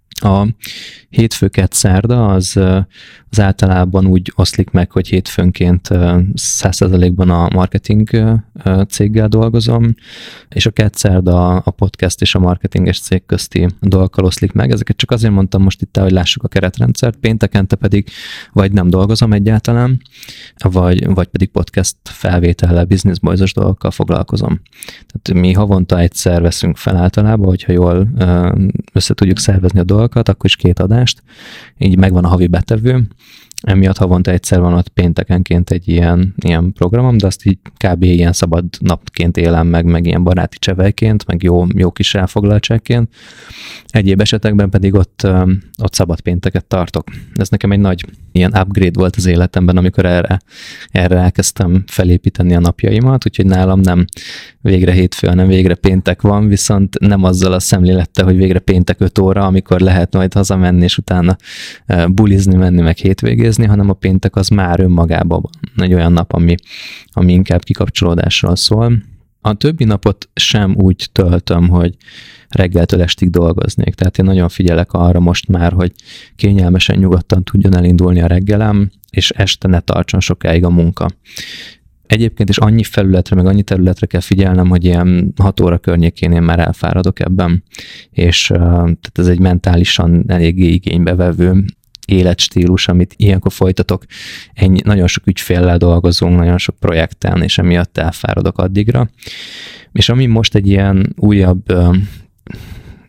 A hétfő, kedd, szerda az, az általában úgy oszlik meg, hogy hétfőnként száz százalékban a marketing céggel dolgozom, és a kedd, szerda a podcast és a marketinges cég közti dolgokkal oszlik meg. Ezeket csak azért mondtam most itt, hogy lássuk a keretrendszert, péntekente pedig vagy nem dolgozom egyáltalán, vagy, vagy pedig podcast felvétellel, business boys-os dolgokkal foglalkozom. Tehát mi havonta egyszer veszünk fel általában, hogyha jól össze tudjuk szervezni a dolgokat, akkor is két adást, így megvan a havi betevő, emiatt havonta egyszer van ott péntekenként egy ilyen, ilyen programom, de azt így kb. Ilyen szabad napként élem meg, meg ilyen baráti csevelyként, meg jó, jó kis elfoglaltságként. Egyéb esetekben pedig ott, ott szabad pénteket tartok. Ez nekem egy nagy ilyen upgrade volt az életemben, amikor erre, erre elkezdtem felépíteni a napjaimat, úgyhogy nálam nem végre hétfő, hanem végre péntek van, viszont nem azzal a szemlélettel, hogy végre péntek öt óra, amikor lehet majd hazamenni, és utána bulizni, menni, meg hétvégézni, hanem a péntek az már önmagában egy olyan nap, ami, ami inkább kikapcsolódásról szól. A többi napot sem úgy töltöm, hogy reggeltől estig dolgoznék. Tehát én nagyon figyelek arra most már, hogy kényelmesen, nyugodtan tudjon elindulni a reggelem, és este ne tartson sokáig a munka. Egyébként is annyi felületre, meg annyi területre kell figyelnem, hogy ilyen hat óra környékén én már elfáradok ebben, és uh, tehát ez egy mentálisan eléggé igénybevevő életstílus, amit ilyenkor folytatok. Ennyi, nagyon sok ügyféllel dolgozunk, nagyon sok projekten, és emiatt elfáradok addigra. És ami most egy ilyen újabb uh,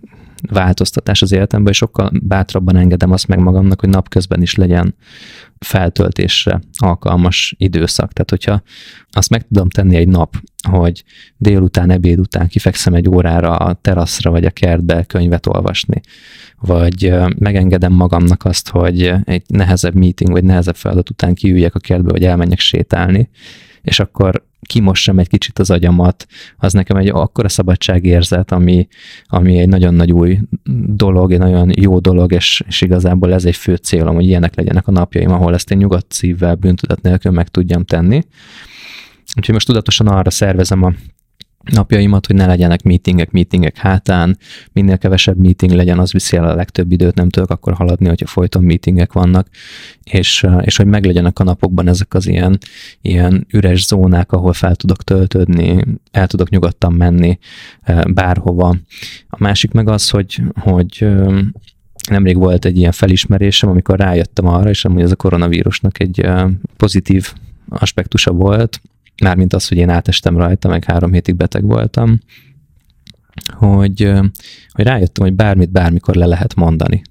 változtatás az életemben, és sokkal bátrabban engedem azt meg magamnak, hogy napközben is legyen feltöltésre alkalmas időszak. Tehát, hogyha azt meg tudom tenni egy nap, hogy délután, ebéd után kifekszem egy órára a teraszra vagy a kertbe könyvet olvasni, vagy megengedem magamnak azt, hogy egy nehezebb meeting vagy nehezebb feladat után kiüljek a kertbe, vagy elmenjek sétálni, és akkor kimossam egy kicsit az agyamat, az nekem egy akkora szabadságérzet, ami, ami egy nagyon nagy új dolog, egy nagyon jó dolog, és, és igazából ez egy fő célom, hogy ilyenek legyenek a napjaim, ahol ezt én nyugodt szívvel, bűntudat nélkül meg tudjam tenni. Úgyhogy most tudatosan arra szervezem a napjaimat, hogy ne legyenek meetingek, meetingek hátán, minél kevesebb meeting legyen, az viszi el a legtöbb időt, nem tudok akkor haladni, hogyha folyton meetingek vannak, és, és hogy meglegyenek a napokban ezek az ilyen, ilyen üres zónák, ahol fel tudok töltődni, el tudok nyugodtan menni bárhova. A másik meg az, hogy, hogy nemrég volt egy ilyen felismerésem, amikor rájöttem arra, és amúgy ez a koronavírusnak egy pozitív aspektusa volt, mármint az, hogy én átestem rajta, meg három hétig beteg voltam, hogy, hogy rájöttem, hogy bármit bármikor le lehet mondani.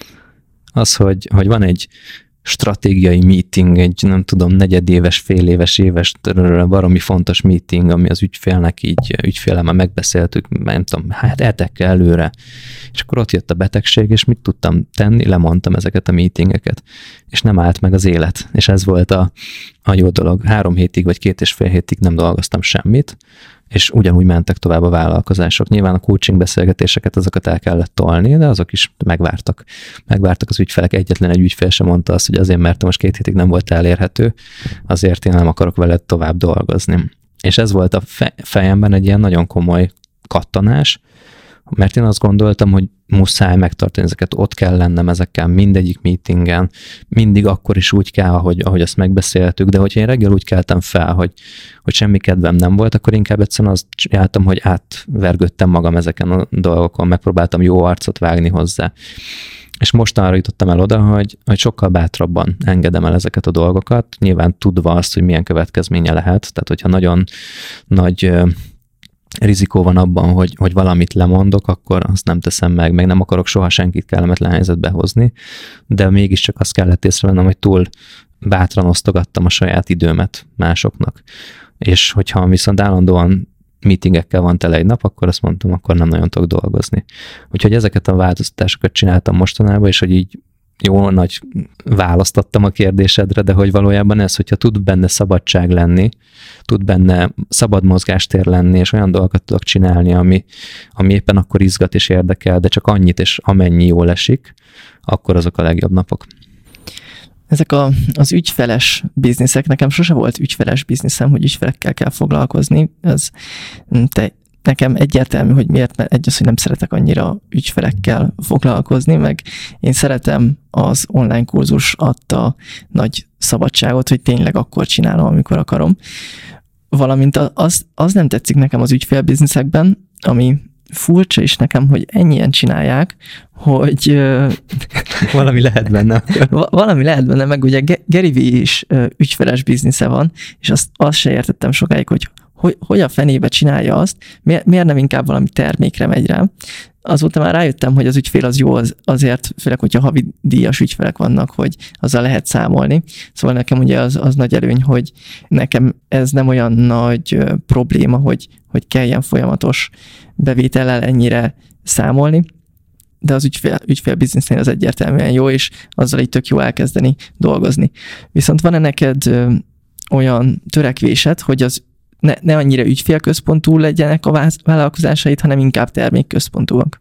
Az, hogy, hogy van egy stratégiai meeting, egy nem tudom, negyedéves, fél éves, éves, baromi fontos meeting, ami az ügyfélnek így, ügyfélemmel megbeszéltük, nem tudom, hát eltekkel előre. És akkor ott jött a betegség, és mit tudtam tenni? Lemondtam ezeket a meetingeket, és nem állt meg az élet. És ez volt a, a jó dolog. Három hétig, vagy két és fél hétig nem dolgoztam semmit, és ugyanúgy mentek tovább a vállalkozások. Nyilván a coaching beszélgetéseket, azokat el kellett tolni, de azok is megvártak. Megvártak az ügyfelek, egyetlen egy ügyfél sem mondta azt, hogy azért, mert most két hétig nem volt elérhető, azért én nem akarok veled tovább dolgozni. És ez volt a fejemben egy ilyen nagyon komoly kattanás, mert én azt gondoltam, hogy muszáj megtartani ezeket, ott kell lennem ezekkel mindegyik meetingen, mindig akkor is úgy kell, ahogy, ahogy azt megbeszéltük, de hogyha én reggel úgy keltem fel, hogy, hogy semmi kedvem nem volt, akkor inkább egyszerűen azt csináltam, hogy átvergődtem magam ezeken a dolgokon, megpróbáltam jó arcot vágni hozzá. És mostanra jutottam el oda, hogy, hogy sokkal bátrabban engedem el ezeket a dolgokat, nyilván tudva azt, hogy milyen következménye lehet, tehát hogyha nagyon nagy rizikó van abban, hogy, hogy valamit lemondok, akkor azt nem teszem meg, meg nem akarok soha senkit kellemetlen helyzetbe hozni, de mégiscsak azt kellett észrevennem, hogy túl bátran osztogattam a saját időmet másoknak. És hogyha viszont állandóan meetingekkel van tele egy nap, akkor azt mondtam, akkor nem nagyon tudok dolgozni. Úgyhogy ezeket a változtatásokat csináltam mostanában, és hogy így jó nagy választottam a kérdésedre, de hogy valójában ez, hogyha tud benne szabadság lenni, tud benne szabad mozgástér lenni, és olyan dolgokat tudok csinálni, ami, ami éppen akkor izgat és érdekel, de csak annyit és amennyi jól esik, akkor azok a legjobb napok. Ezek a, az ügyfeles bizniszek, nekem sose volt ügyfeles bizniszem, hogy ügyfelekkel kell foglalkozni. Ez te, nekem egyértelmű, hogy miért, mert egy az, hogy nem szeretek annyira ügyfelekkel foglalkozni, meg én szeretem az online kurzus adta nagy szabadságot, hogy tényleg akkor csinálom, amikor akarom. Valamint az, az nem tetszik nekem az ügyfélbizniszekben, ami furcsa is nekem, hogy ennyien csinálják, hogy valami lehet benne. valami lehet benne, meg ugye Gary Vee is ügyfeles biznisze van, és azt, azt se értettem sokáig, hogy hogy, hogy a fenébe csinálja azt, miért, miért nem inkább valami termékre megy rá. Azóta már rájöttem, hogy az ügyfél az jó az, azért, főleg, hogyha havi díjas ügyfelek vannak, hogy azzal lehet számolni. Szóval nekem ugye az, az nagy előny, hogy nekem ez nem olyan nagy probléma, hogy, hogy kelljen folyamatos bevétellel ennyire számolni, de az ügyfél, ügyfél biznisznél az egyértelműen jó, és azzal így tök jó elkezdeni dolgozni. Viszont van-e neked ö, olyan törekvésed, hogy az ne, ne annyira ügyfélközpontú legyenek a vállalkozásaid, hanem inkább termékközpontúak?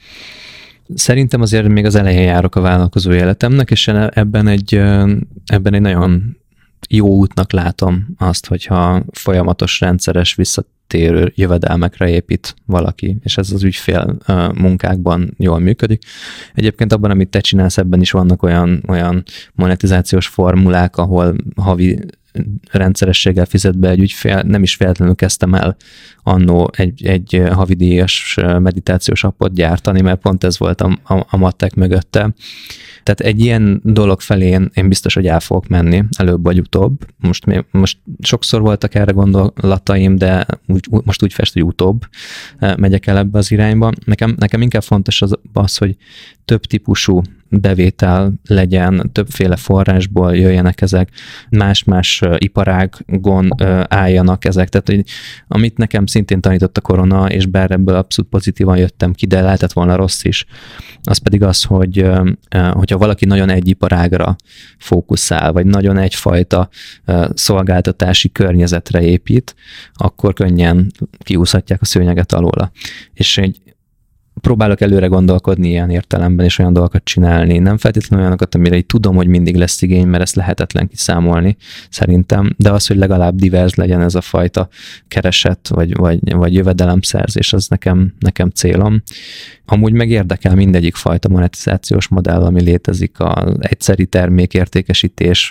Szerintem azért még az elején járok a vállalkozó életemnek, és ebben egy, ebben egy nagyon jó útnak látom azt, hogyha folyamatos, rendszeres, visszatérő jövedelmekre épít valaki, és ez az ügyfél munkákban jól működik. Egyébként abban, amit te csinálsz, ebben is vannak olyan, olyan monetizációs formulák, ahol havi rendszerességgel fizet be egy ügyfél, nem is feltétlenül kezdtem el annó egy, egy havidíjas meditációs appot gyártani, mert pont ez volt a, a, a mattek mögötte. Tehát egy ilyen dolog felé én, én biztos, hogy el fogok menni, előbb vagy utóbb. Most, még, most sokszor voltak erre gondolataim, de úgy, most úgy fest, hogy utóbb megyek el ebbe az irányba. Nekem, nekem inkább fontos az, az, hogy több típusú bevétel legyen, többféle forrásból jöjjenek ezek, más-más iparágon álljanak ezek. Tehát, hogy amit nekem szintén tanított a korona, és bár ebből abszolút pozitívan jöttem ki, de lehetett volna rossz is, az pedig az, hogy hogyha valaki nagyon egy iparágra fókuszál, vagy nagyon egyfajta szolgáltatási környezetre épít, akkor könnyen kiúszhatják a szőnyeget alóla. És egy próbálok előre gondolkodni ilyen értelemben, és olyan dolgokat csinálni. Nem feltétlenül olyanokat, amire így tudom, hogy mindig lesz igény, mert ezt lehetetlen kiszámolni szerintem, de az, hogy legalább divers legyen ez a fajta kereset, vagy, vagy, vagy jövedelemszerzés, az nekem, nekem célom. Amúgy meg érdekel mindegyik fajta monetizációs modell, ami létezik, az egyszeri termékértékesítés,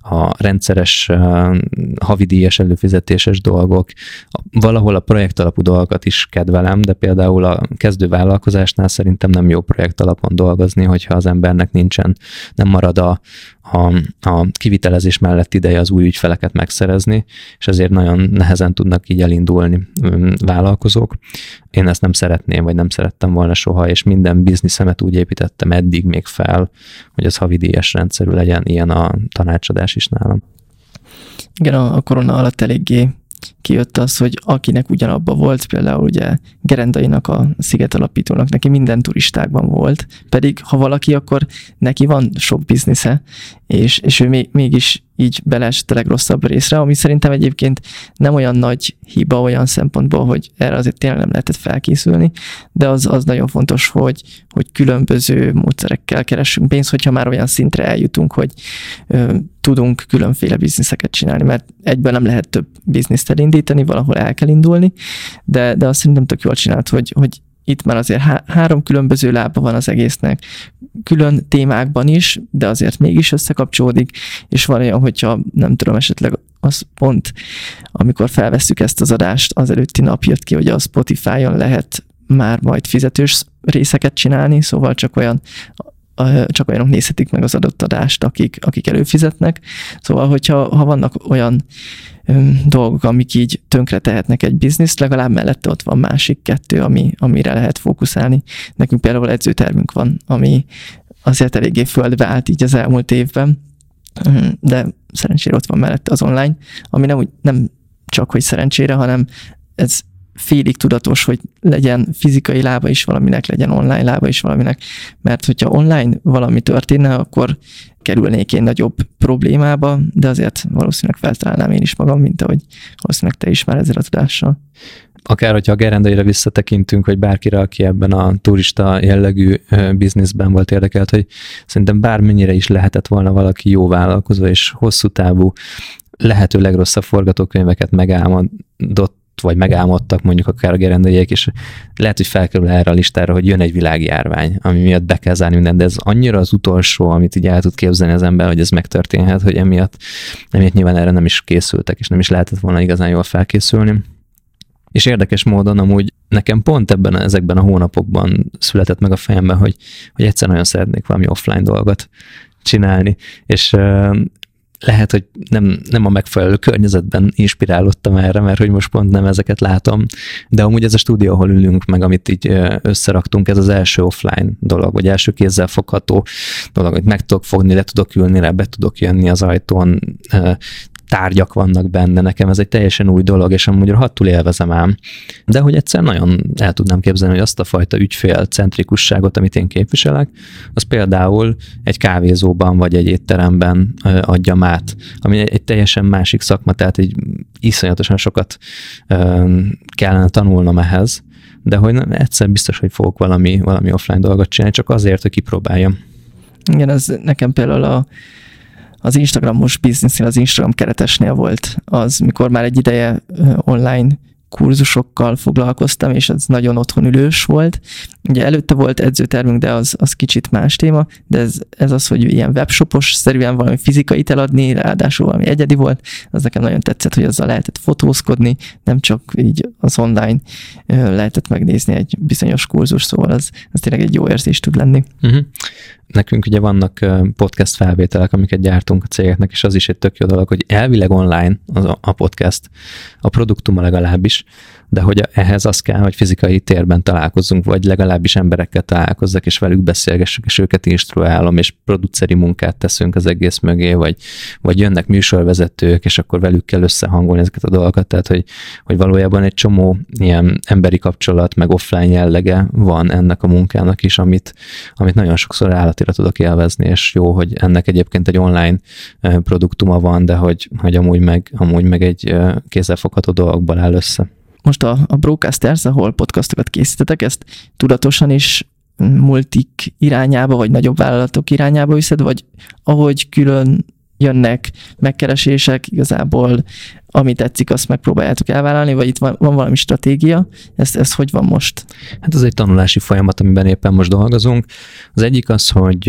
a rendszeres uh, havidíjas előfizetéses dolgok, valahol a projektalapú dolgokat is kedvelem, de például a kezdő vállalkozásnál szerintem nem jó projekt alapon dolgozni, hogyha az embernek nincsen, nem marad a, a, a kivitelezés mellett ideje az új ügyfeleket megszerezni, és ezért nagyon nehezen tudnak így elindulni vállalkozók. Én ezt nem szeretném, vagy nem szerettem volna soha, és minden bizniszemet úgy építettem eddig még fel, hogy az havidíjas rendszerű legyen, ilyen a tanácsadás is nálam. Igen, a, a korona alatt eléggé kijött az, hogy akinek ugyanabban volt, például ugye Gerendainak, a Sziget alapítónak, neki minden turistákban volt, pedig ha valaki, akkor neki van sok biznisze, és, és ő még, mégis így beleesett a legrosszabb részre, ami szerintem egyébként nem olyan nagy hiba olyan szempontból, hogy erre azért tényleg nem lehetett felkészülni, de az, az nagyon fontos, hogy, hogy különböző módszerekkel keressünk pénzt, hogyha már olyan szintre eljutunk, hogy ö, tudunk különféle bizniszeket csinálni, mert egyben nem lehet több bizniszt elindítani, valahol el kell indulni, de, de azt szerintem tök jól csinált, hogy, hogy itt már azért há- három különböző lába van az egésznek, külön témákban is, de azért mégis összekapcsolódik, és van olyan, hogyha nem tudom, esetleg az pont, amikor felvesszük ezt az adást, az előtti nap jött ki, hogy a Spotify-on lehet már majd fizetős részeket csinálni, szóval csak olyan csak olyanok nézhetik meg az adott adást, akik, akik előfizetnek. Szóval, hogyha ha vannak olyan öm, dolgok, amik így tönkre tehetnek egy bizniszt, legalább mellette ott van másik kettő, ami, amire lehet fókuszálni. Nekünk például edzőtermünk van, ami azért eléggé földbe állt így az elmúlt évben, de szerencsére ott van mellette az online, ami nem, úgy, nem csak, hogy szerencsére, hanem ez félig tudatos, hogy legyen fizikai lába is valaminek, legyen online lába is valaminek, mert hogyha online valami történne, akkor kerülnék én nagyobb problémába, de azért valószínűleg feltalálnám én is magam, mint ahogy valószínűleg te is már ezzel a tudással. Akár, hogyha a Gerendaira visszatekintünk, vagy bárkire, aki ebben a turista jellegű bizniszben volt érdekelt, hogy szerintem bármennyire is lehetett volna valaki jó vállalkozó, és hosszú távú, lehető legrosszabb forgatókönyveket megálmodott, vagy megálmodtak mondjuk akár a gerendaiek, és lehet, hogy felkerül erre a listára, hogy jön egy világjárvány, ami miatt be kell zárni mindent, de ez annyira az utolsó, amit így el tud képzelni az ember, hogy ez megtörténhet, hogy emiatt, emiatt nyilván erre nem is készültek, és nem is lehetett volna igazán jól felkészülni. És érdekes módon amúgy nekem pont ebben, ezekben a hónapokban született meg a fejemben, hogy, hogy egyszer nagyon szeretnék valami offline dolgot csinálni, és lehet, hogy nem, nem a megfelelő környezetben inspirálódtam erre, mert hogy most pont nem ezeket látom, de amúgy ez a stúdió, ahol ülünk meg, amit így összeraktunk, ez az első offline dolog, vagy első kézzel fogható dolog, hogy meg tudok fogni, le tudok ülni rá, be tudok jönni az ajtón, tárgyak vannak benne, nekem ez egy teljesen új dolog, és amúgy rohadtul élvezem ám. De hogy egyszer nagyon el tudnám képzelni, hogy azt a fajta ügyfélcentrikusságot, amit én képviselek, az például egy kávézóban vagy egy étteremben adjam át, ami egy teljesen másik szakma, tehát egy iszonyatosan sokat kellene tanulnom ehhez, de hogy egyszer biztos, hogy fogok valami, valami offline dolgot csinálni, csak azért, hogy kipróbáljam. Igen, ez nekem például a az Instagramos biznisznél, az Instagram keretesnél volt az, mikor már egy ideje online kurzusokkal foglalkoztam, és ez nagyon otthonülős volt, Ugye előtte volt edzőtermünk, de az, az kicsit más téma, de ez, ez az, hogy ilyen webshopos szerűen valami fizikait eladni, ráadásul valami egyedi volt, az nekem nagyon tetszett, hogy azzal lehetett fotózkodni, nem csak így az online lehetett megnézni egy bizonyos kurzus, szóval az, az tényleg egy jó érzés tud lenni. Uh-huh. Nekünk ugye vannak podcast felvételek, amiket gyártunk a cégeknek, és az is egy tök jó dolog, hogy elvileg online az a podcast, a produktuma legalábbis, de hogy ehhez az kell, hogy fizikai térben találkozzunk, vagy legalábbis emberekkel találkozzak, és velük beszélgessük, és őket instruálom, és produceri munkát teszünk az egész mögé, vagy, vagy jönnek műsorvezetők, és akkor velük kell összehangolni ezeket a dolgokat, tehát hogy, hogy valójában egy csomó ilyen emberi kapcsolat, meg offline jellege van ennek a munkának is, amit, amit nagyon sokszor állatira tudok élvezni, és jó, hogy ennek egyébként egy online produktuma van, de hogy, hogy amúgy, meg, amúgy meg egy kézzelfogható dolgokból áll össze. Most a, a Brocasters, ahol podcastokat készítetek, ezt tudatosan is multik irányába, vagy nagyobb vállalatok irányába viszed, vagy ahogy külön jönnek megkeresések, igazából ami tetszik, azt megpróbáljátok elvállalni, vagy itt van, van valami stratégia? Ez, ez hogy van most? Hát ez egy tanulási folyamat, amiben éppen most dolgozunk. Az egyik az, hogy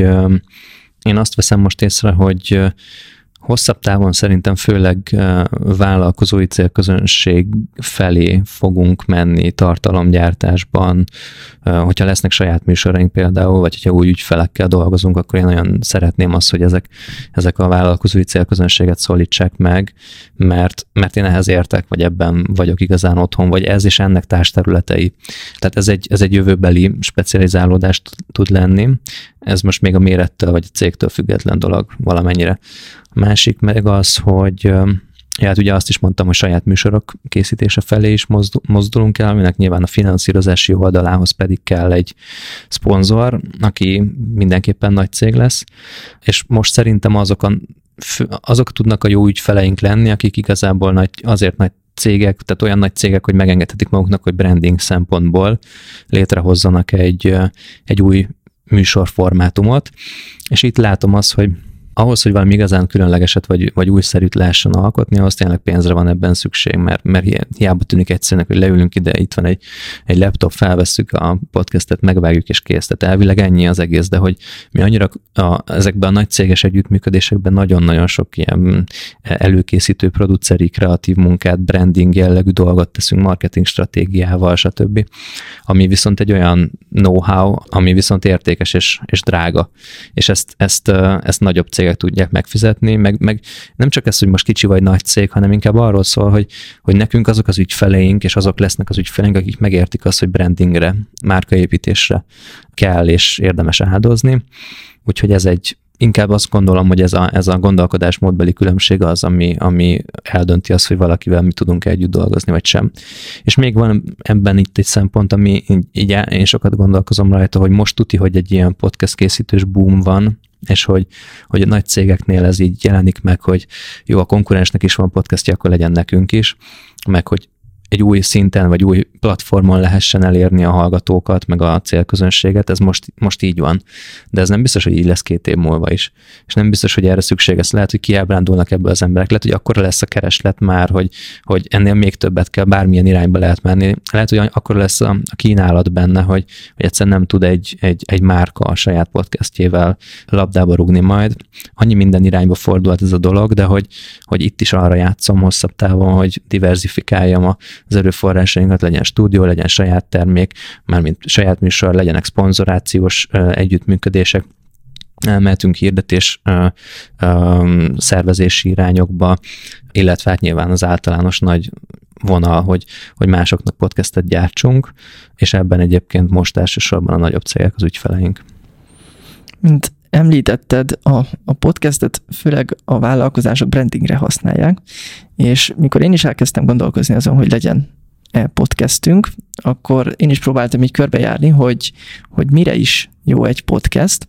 én azt veszem most észre, hogy hosszabb távon szerintem főleg vállalkozói célközönség felé fogunk menni tartalomgyártásban. Hogyha lesznek saját műsoraink például, vagy hogyha új ügyfelekkel dolgozunk, akkor én nagyon szeretném azt, hogy ezek, ezek a vállalkozói célközönséget szólítsák meg, mert, mert én ehhez értek, vagy ebben vagyok igazán otthon, vagy ez is ennek társterületei. Tehát ez egy, ez egy jövőbeli specializálódást tud lenni. Ez most még a mérettől, vagy a cégtől független dolog valamennyire. A másik meg az, hogy ja, hát ugye azt is mondtam, hogy saját műsorok készítése felé is mozdulunk el, aminek nyilván a finanszírozási oldalához pedig kell egy szponzor, aki mindenképpen nagy cég lesz, és most szerintem azok, a, azok tudnak a jó ügyfeleink lenni, akik igazából nagy, azért nagy cégek, tehát olyan nagy cégek, hogy megengedhetik maguknak, hogy branding szempontból létrehozzanak egy, egy új műsorformátumot, és itt látom azt, hogy ahhoz, hogy valami igazán különlegeset vagy, vagy újszerűt lehessen alkotni, ahhoz tényleg pénzre van ebben szükség, mert, mert hiába tűnik egyszerűen, hogy leülünk ide, itt van egy, egy laptop, felvesszük a podcastet, megvágjuk és kész. Tehát elvileg ennyi az egész, de hogy mi annyira a, ezekben a nagy céges együttműködésekben nagyon-nagyon sok ilyen előkészítő, produceri, kreatív munkát, branding jellegű dolgot teszünk, marketing stratégiával, stb. Ami viszont egy olyan know-how, ami viszont értékes és, és drága. És ezt, ezt, ezt nagyobb cégek tudják megfizetni, meg, meg nem csak ez, hogy most kicsi vagy nagy cég, hanem inkább arról szól, hogy, hogy nekünk azok az ügyfeleink, és azok lesznek az ügyfeleink, akik megértik azt, hogy brandingre, márkaépítésre kell és érdemes áldozni. Úgyhogy ez egy, inkább azt gondolom, hogy ez a, ez a gondolkodásmódbeli különbség az, ami, ami eldönti azt, hogy valakivel mi tudunk együtt dolgozni, vagy sem. És még van ebben itt egy szempont, ami így, így én sokat gondolkozom rajta, hogy most tuti, hogy egy ilyen podcast készítős boom van, és hogy, hogy a nagy cégeknél ez így jelenik meg, hogy jó, a konkurensnek is van podcastja, akkor legyen nekünk is, meg hogy egy új szinten, vagy új platformon lehessen elérni a hallgatókat, meg a célközönséget, ez most, most így van. De ez nem biztos, hogy így lesz két év múlva is. És nem biztos, hogy erre szükség lesz. Lehet, hogy kiábrándulnak ebből az emberek. Lehet, hogy akkora lesz a kereslet már, hogy, hogy ennél még többet kell, bármilyen irányba lehet menni. Lehet, hogy akkora lesz a, a kínálat benne, hogy, hogy egyszerűen nem tud egy, egy, egy márka a saját podcastjével labdába rúgni majd. Annyi minden irányba fordult ez a dolog, de hogy, hogy itt is arra játszom hosszabb távon, hogy diversifikáljam a az erőforrásainkat, legyen stúdió, legyen saját termék, mármint saját műsor, legyenek szponzorációs uh, együttműködések, elmehetünk hirdetés uh, uh, szervezési irányokba, illetve hát nyilván az általános nagy vonal, hogy, hogy másoknak podcastet gyártsunk, és ebben egyébként most elsősorban a nagyobb cégek az ügyfeleink. Mint említetted, a, a podcastet főleg a vállalkozások brandingre használják, és mikor én is elkezdtem gondolkozni azon, hogy legyen e podcastünk, akkor én is próbáltam így körbejárni, hogy, hogy mire is jó egy podcast,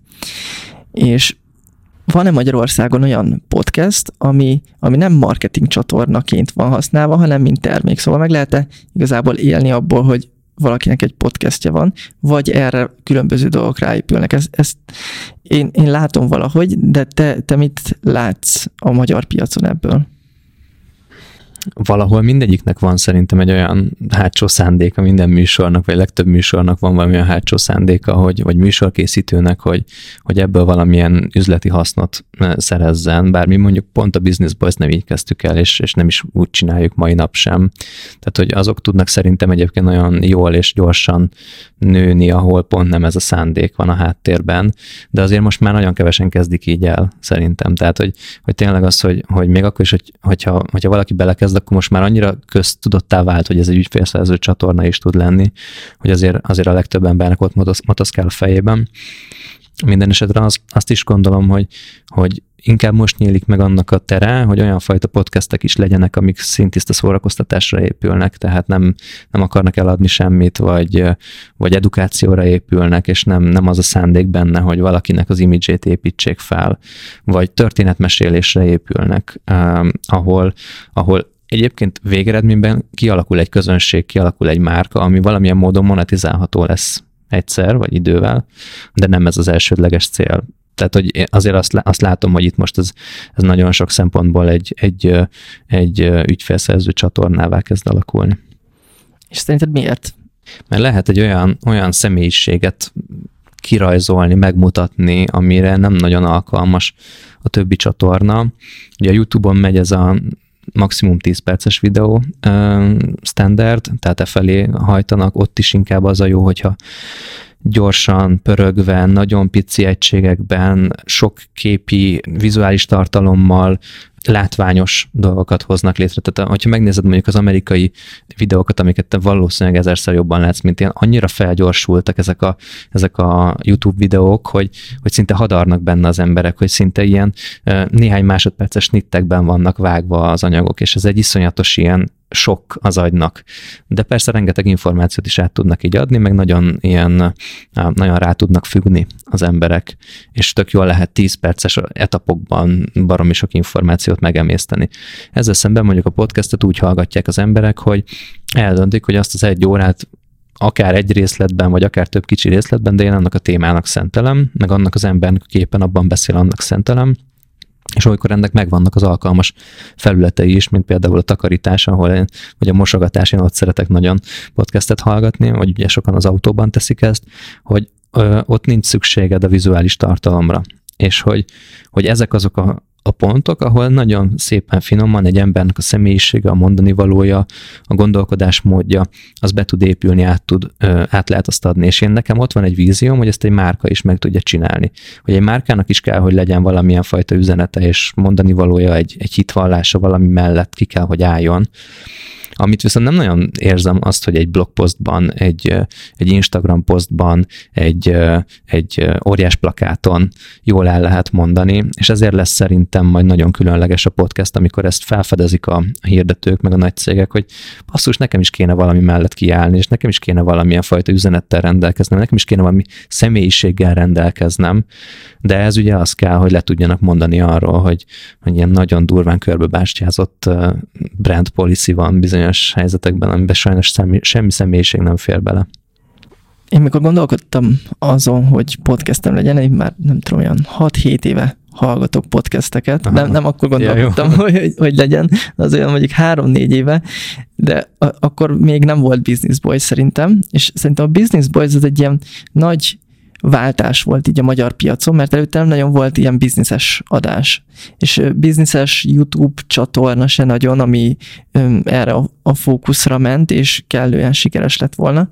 és van-e Magyarországon olyan podcast, ami, ami nem marketing csatornaként van használva, hanem mint termék, szóval meg lehet-e igazából élni abból, hogy valakinek egy podcastja van, vagy erre különböző dolgok ráépülnek. Ezt, ezt én, én látom valahogy, de te, te mit látsz a magyar piacon ebből? valahol mindegyiknek van szerintem egy olyan hátsó szándéka, minden műsornak, vagy legtöbb műsornak van valamilyen hátsó szándéka, hogy, vagy műsorkészítőnek, hogy, hogy ebből valamilyen üzleti hasznot szerezzen, bár mi mondjuk pont a Business Boys nem így kezdtük el, és, és nem is úgy csináljuk mai nap sem. Tehát, hogy azok tudnak szerintem egyébként olyan jól és gyorsan nőni, ahol pont nem ez a szándék van a háttérben, de azért most már nagyon kevesen kezdik így el, szerintem. Tehát, hogy, hogy tényleg az, hogy, hogy még akkor is, hogy, hogyha, hogyha valaki belekezd, akkor most már annyira köztudottá vált, hogy ez egy ügyfélszerző csatorna is tud lenni, hogy azért, azért a legtöbb embernek ott motosz, motoszkál a fejében. Minden esetre az, azt is gondolom, hogy, hogy inkább most nyílik meg annak a tere, hogy olyan fajta podcastek is legyenek, amik szintiszta szórakoztatásra épülnek, tehát nem, nem akarnak eladni semmit, vagy, vagy edukációra épülnek, és nem, nem az a szándék benne, hogy valakinek az imidzsét építsék fel, vagy történetmesélésre épülnek, eh, ahol, ahol egyébként végeredményben kialakul egy közönség, kialakul egy márka, ami valamilyen módon monetizálható lesz egyszer, vagy idővel, de nem ez az elsődleges cél. Tehát, hogy azért azt, azt látom, hogy itt most ez, ez nagyon sok szempontból egy, egy, egy ügyfélszerző csatornává kezd alakulni. És szerinted miért? Mert lehet egy olyan, olyan személyiséget kirajzolni, megmutatni, amire nem nagyon alkalmas a többi csatorna. Ugye a YouTube-on megy ez a maximum tíz perces videó uh, standard, tehát e felé hajtanak, ott is inkább az a jó, hogyha gyorsan, pörögve, nagyon pici egységekben, sok képi, vizuális tartalommal látványos dolgokat hoznak létre. Tehát, hogyha megnézed mondjuk az amerikai videókat, amiket te valószínűleg ezerszer jobban látsz, mint én, annyira felgyorsultak ezek a, ezek a YouTube videók, hogy, hogy szinte hadarnak benne az emberek, hogy szinte ilyen néhány másodperces snittekben vannak vágva az anyagok, és ez egy iszonyatos ilyen sok az agynak. De persze rengeteg információt is át tudnak így adni, meg nagyon ilyen, nagyon rá tudnak függni az emberek, és tök jól lehet tíz perces etapokban baromi sok információt megemészteni. Ezzel szemben mondjuk a podcastet úgy hallgatják az emberek, hogy eldöntik, hogy azt az egy órát akár egy részletben, vagy akár több kicsi részletben, de én annak a témának szentelem, meg annak az embernek, aki éppen abban beszél, annak szentelem, és olykor ennek megvannak az alkalmas felületei is, mint például a takarítás, ahol én, vagy a mosogatás, én ott szeretek nagyon podcastet hallgatni, vagy ugye sokan az autóban teszik ezt, hogy ö, ott nincs szükséged a vizuális tartalomra, és hogy, hogy ezek azok a a pontok, ahol nagyon szépen finoman egy embernek a személyisége, a mondani valója, a gondolkodásmódja, az be tud épülni, át, tud, át lehet azt adni. És én nekem ott van egy vízióm, hogy ezt egy márka is meg tudja csinálni. Hogy egy márkának is kell, hogy legyen valamilyen fajta üzenete, és mondani valója, egy, egy hitvallása valami mellett ki kell, hogy álljon. Amit viszont nem nagyon érzem azt, hogy egy blogposztban, egy, egy Instagram posztban, egy, egy óriás plakáton jól el lehet mondani, és ezért lesz szerintem majd nagyon különleges a podcast, amikor ezt felfedezik a hirdetők, meg a nagy cégek, hogy basszus, nekem is kéne valami mellett kiállni, és nekem is kéne valamilyen fajta üzenettel rendelkeznem, nekem is kéne valami személyiséggel rendelkeznem, de ez ugye az kell, hogy le tudjanak mondani arról, hogy, hogy ilyen nagyon durván körbebástyázott brand policy van bizonyos helyzetekben, amiben sajnos személy, semmi személyiség nem fér bele. Én mikor gondolkodtam azon, hogy podcastem legyen, én már nem tudom, olyan hat-hét éve hallgatok podcasteket. Nem, nem akkor gondolkodtam, ja, hogy, hogy legyen, az olyan mondjuk három-négy éve, de a, akkor még nem volt Business Boys szerintem, és szerintem a Business Boys az egy ilyen nagy váltás volt így a magyar piacon, mert előtte nem nagyon volt ilyen bizniszes adás. És bizniszes YouTube csatorna se nagyon, ami erre a fókuszra ment, és kellően sikeres lett volna.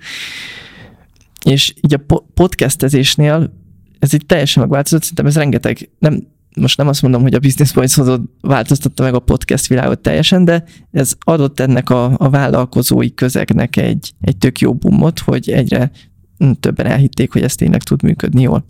És így a podcastezésnél ez így teljesen megváltozott, szerintem ez rengeteg, nem, most nem azt mondom, hogy a Business Boys változtatta meg a podcast világot teljesen, de ez adott ennek a, a vállalkozói közegnek egy, egy tök jó boomot, hogy egyre többen elhitték, hogy ez tényleg tud működni jól.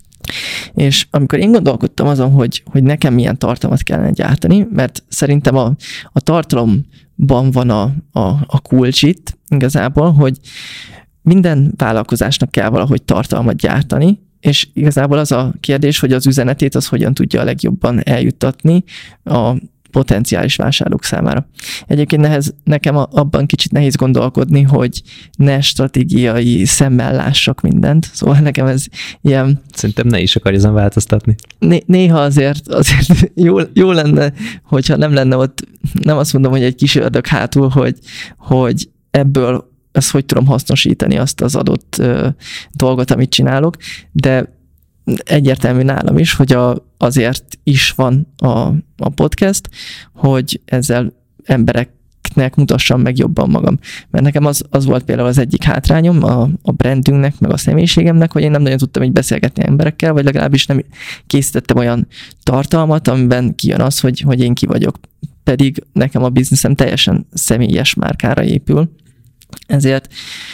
És amikor én gondolkodtam azon, hogy, hogy nekem milyen tartalmat kellene gyártani, mert szerintem a, a tartalomban van a, a, a kulcs itt igazából, hogy minden vállalkozásnak kell valahogy tartalmat gyártani, és igazából az a kérdés, hogy az üzenetét az hogyan tudja a legjobban eljuttatni a potenciális vásárlók számára. Egyébként nehez, nekem abban kicsit nehéz gondolkodni, hogy ne stratégiai szemmel lássak mindent. Szóval nekem ez ilyen... Szerintem ne is akarj ezen változtatni. Né- néha azért, azért jó, jó lenne, hogyha nem lenne ott, nem azt mondom, hogy egy kis ördög hátul, hogy, hogy ebből ezt hogy tudom hasznosítani azt az adott ö, dolgot, amit csinálok, de egyértelmű nálam is, hogy a, azért is van a, a podcast, hogy ezzel embereknek mutassam meg jobban magam. Mert nekem az, az volt például az egyik hátrányom a, a brandünknek, meg a személyiségemnek, hogy én nem nagyon tudtam így beszélgetni emberekkel, vagy legalábbis nem készítettem olyan tartalmat, amiben kijön az, hogy, hogy én ki vagyok. Pedig nekem a bizniszem teljesen személyes márkára épül. Ezért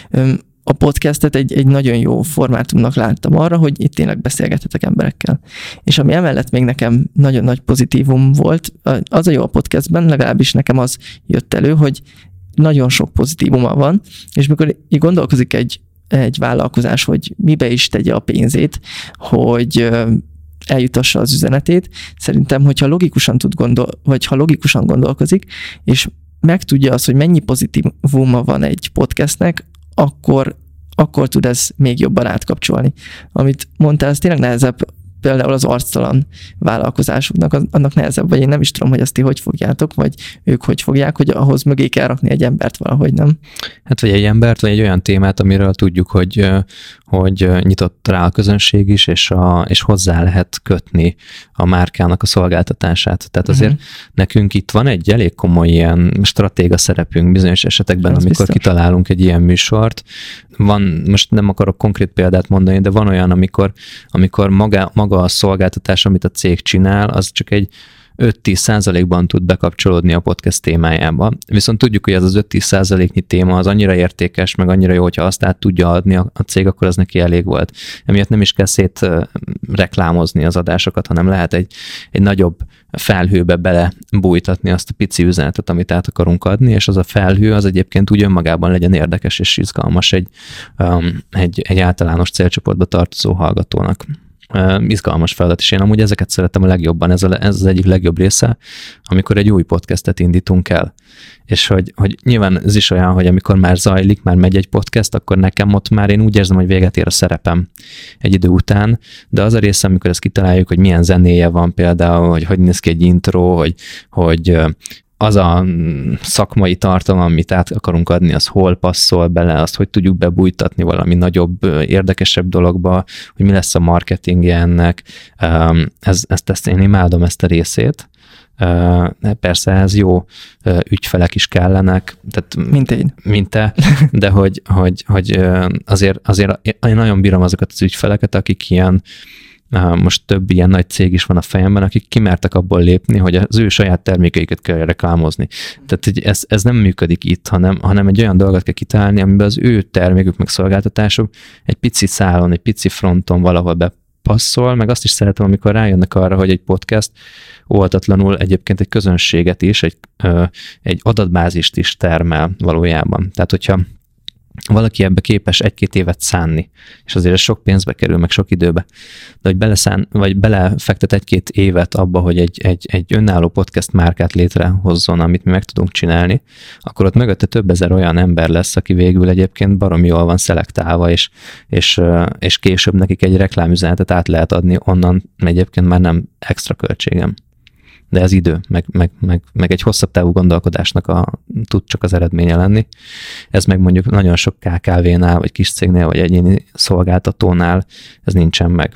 a podcastet egy, egy nagyon jó formátumnak láttam arra, hogy itt tényleg beszélgethetek emberekkel. És ami emellett még nekem nagyon nagy pozitívum volt, az a jó a podcastben, legalábbis nekem az jött elő, hogy nagyon sok pozitívuma van, és mikor így gondolkozik egy, egy vállalkozás, hogy mibe is tegye a pénzét, hogy eljutassa az üzenetét, szerintem, hogyha logikusan tud gondol, vagy ha logikusan gondolkozik, és megtudja azt, hogy mennyi pozitívuma van egy podcastnek, akkor, akkor tud ez még jobban átkapcsolni. Amit mondtál, ez tényleg nehezebb például az arctalan vállalkozásoknak, annak nehezebb, vagy én nem is tudom, hogy azt ti hogy fogjátok, vagy ők hogy fogják, hogy ahhoz mögé kell rakni egy embert valahogy, nem? Hát vagy egy embert, vagy egy olyan témát, amiről tudjuk, hogy, hogy nyitott rá a közönség is, és, a, és hozzá lehet kötni a márkának a szolgáltatását. Tehát azért uh-huh. nekünk itt van egy elég komoly ilyen stratéga szerepünk bizonyos esetekben, ez amikor biztos. Kitalálunk egy ilyen műsort. Van, most nem akarok konkrét példát mondani, de van olyan, amikor, amikor maga, maga a szolgáltatás, amit a cég csinál, az csak egy öt-tíz százalékban tud bekapcsolódni a podcast témájába. Viszont tudjuk, hogy ez az öt-tíz százaléknyi téma az annyira értékes, meg annyira jó, hogyha azt át tudja adni a, a cég, akkor az neki elég volt. Emiatt nem is kell szét reklámozni az adásokat, hanem lehet egy, egy nagyobb felhőbe bele bújtatni azt a pici üzenetet, amit át akarunk adni, és az a felhő az egyébként úgy önmagában legyen érdekes és izgalmas egy, um, egy, egy általános célcsoportba tartozó hallgatónak. Uh, izgalmas feladat, és én amúgy ezeket szeretem a legjobban, ez, a, ez az egyik legjobb része, amikor egy új podcastet indítunk el. És hogy, hogy nyilván ez is olyan, hogy amikor már zajlik, már megy egy podcast, akkor nekem ott már én úgy érzem, hogy véget ér a szerepem egy idő után, de az a része, amikor ezt kitaláljuk, hogy milyen zenéje van például, hogy hogy néz ki egy intro, hogy, hogy az a szakmai tartalom, amit át akarunk adni, az hol passzol bele, azt hogy tudjuk bebújtatni valami nagyobb, érdekesebb dologba, hogy mi lesz a marketingje ennek. Ez, ezt, ezt én imádom, ezt a részét. Persze ez jó ügyfelek is kellenek. Tehát, mint én. Mint te, de hogy, hogy, hogy azért, azért én nagyon bírom azokat az ügyfeleket, akik ilyen most több ilyen nagy cég is van a fejemben, akik kimertek abból lépni, hogy az ő saját termékeiket kell reklámozni. Tehát ez, ez nem működik itt, hanem, hanem egy olyan dolgot kell kitalálni, amiben az ő termékük meg szolgáltatások egy pici szálon, egy pici fronton valahol bepasszol, meg azt is szeretem, amikor rájönnek arra, hogy egy podcast óvatatlanul egyébként egy közönséget is, egy, egy adatbázist is termel valójában. Tehát, hogyha valaki ebbe képes egy-két évet szánni, és azért ez sok pénzbe kerül, meg sok időbe, de hogy beleszán, vagy belefektet egy-két évet abba, hogy egy, egy, egy önálló podcast márkát létrehozzon, amit mi meg tudunk csinálni, akkor ott mögötte több ezer olyan ember lesz, aki végül egyébként baromi jól van szelektálva, és, és, és később nekik egy reklámüzenetet át lehet adni, onnan egyébként már nem extra költségem. De ez idő, meg, meg, meg, meg egy hosszabb távú gondolkodásnak a, tud csak az eredménye lenni. Ez meg mondjuk nagyon sok ká ká vé-nál, vagy kis cégnél, vagy egyéni szolgáltatónál ez nincsen meg.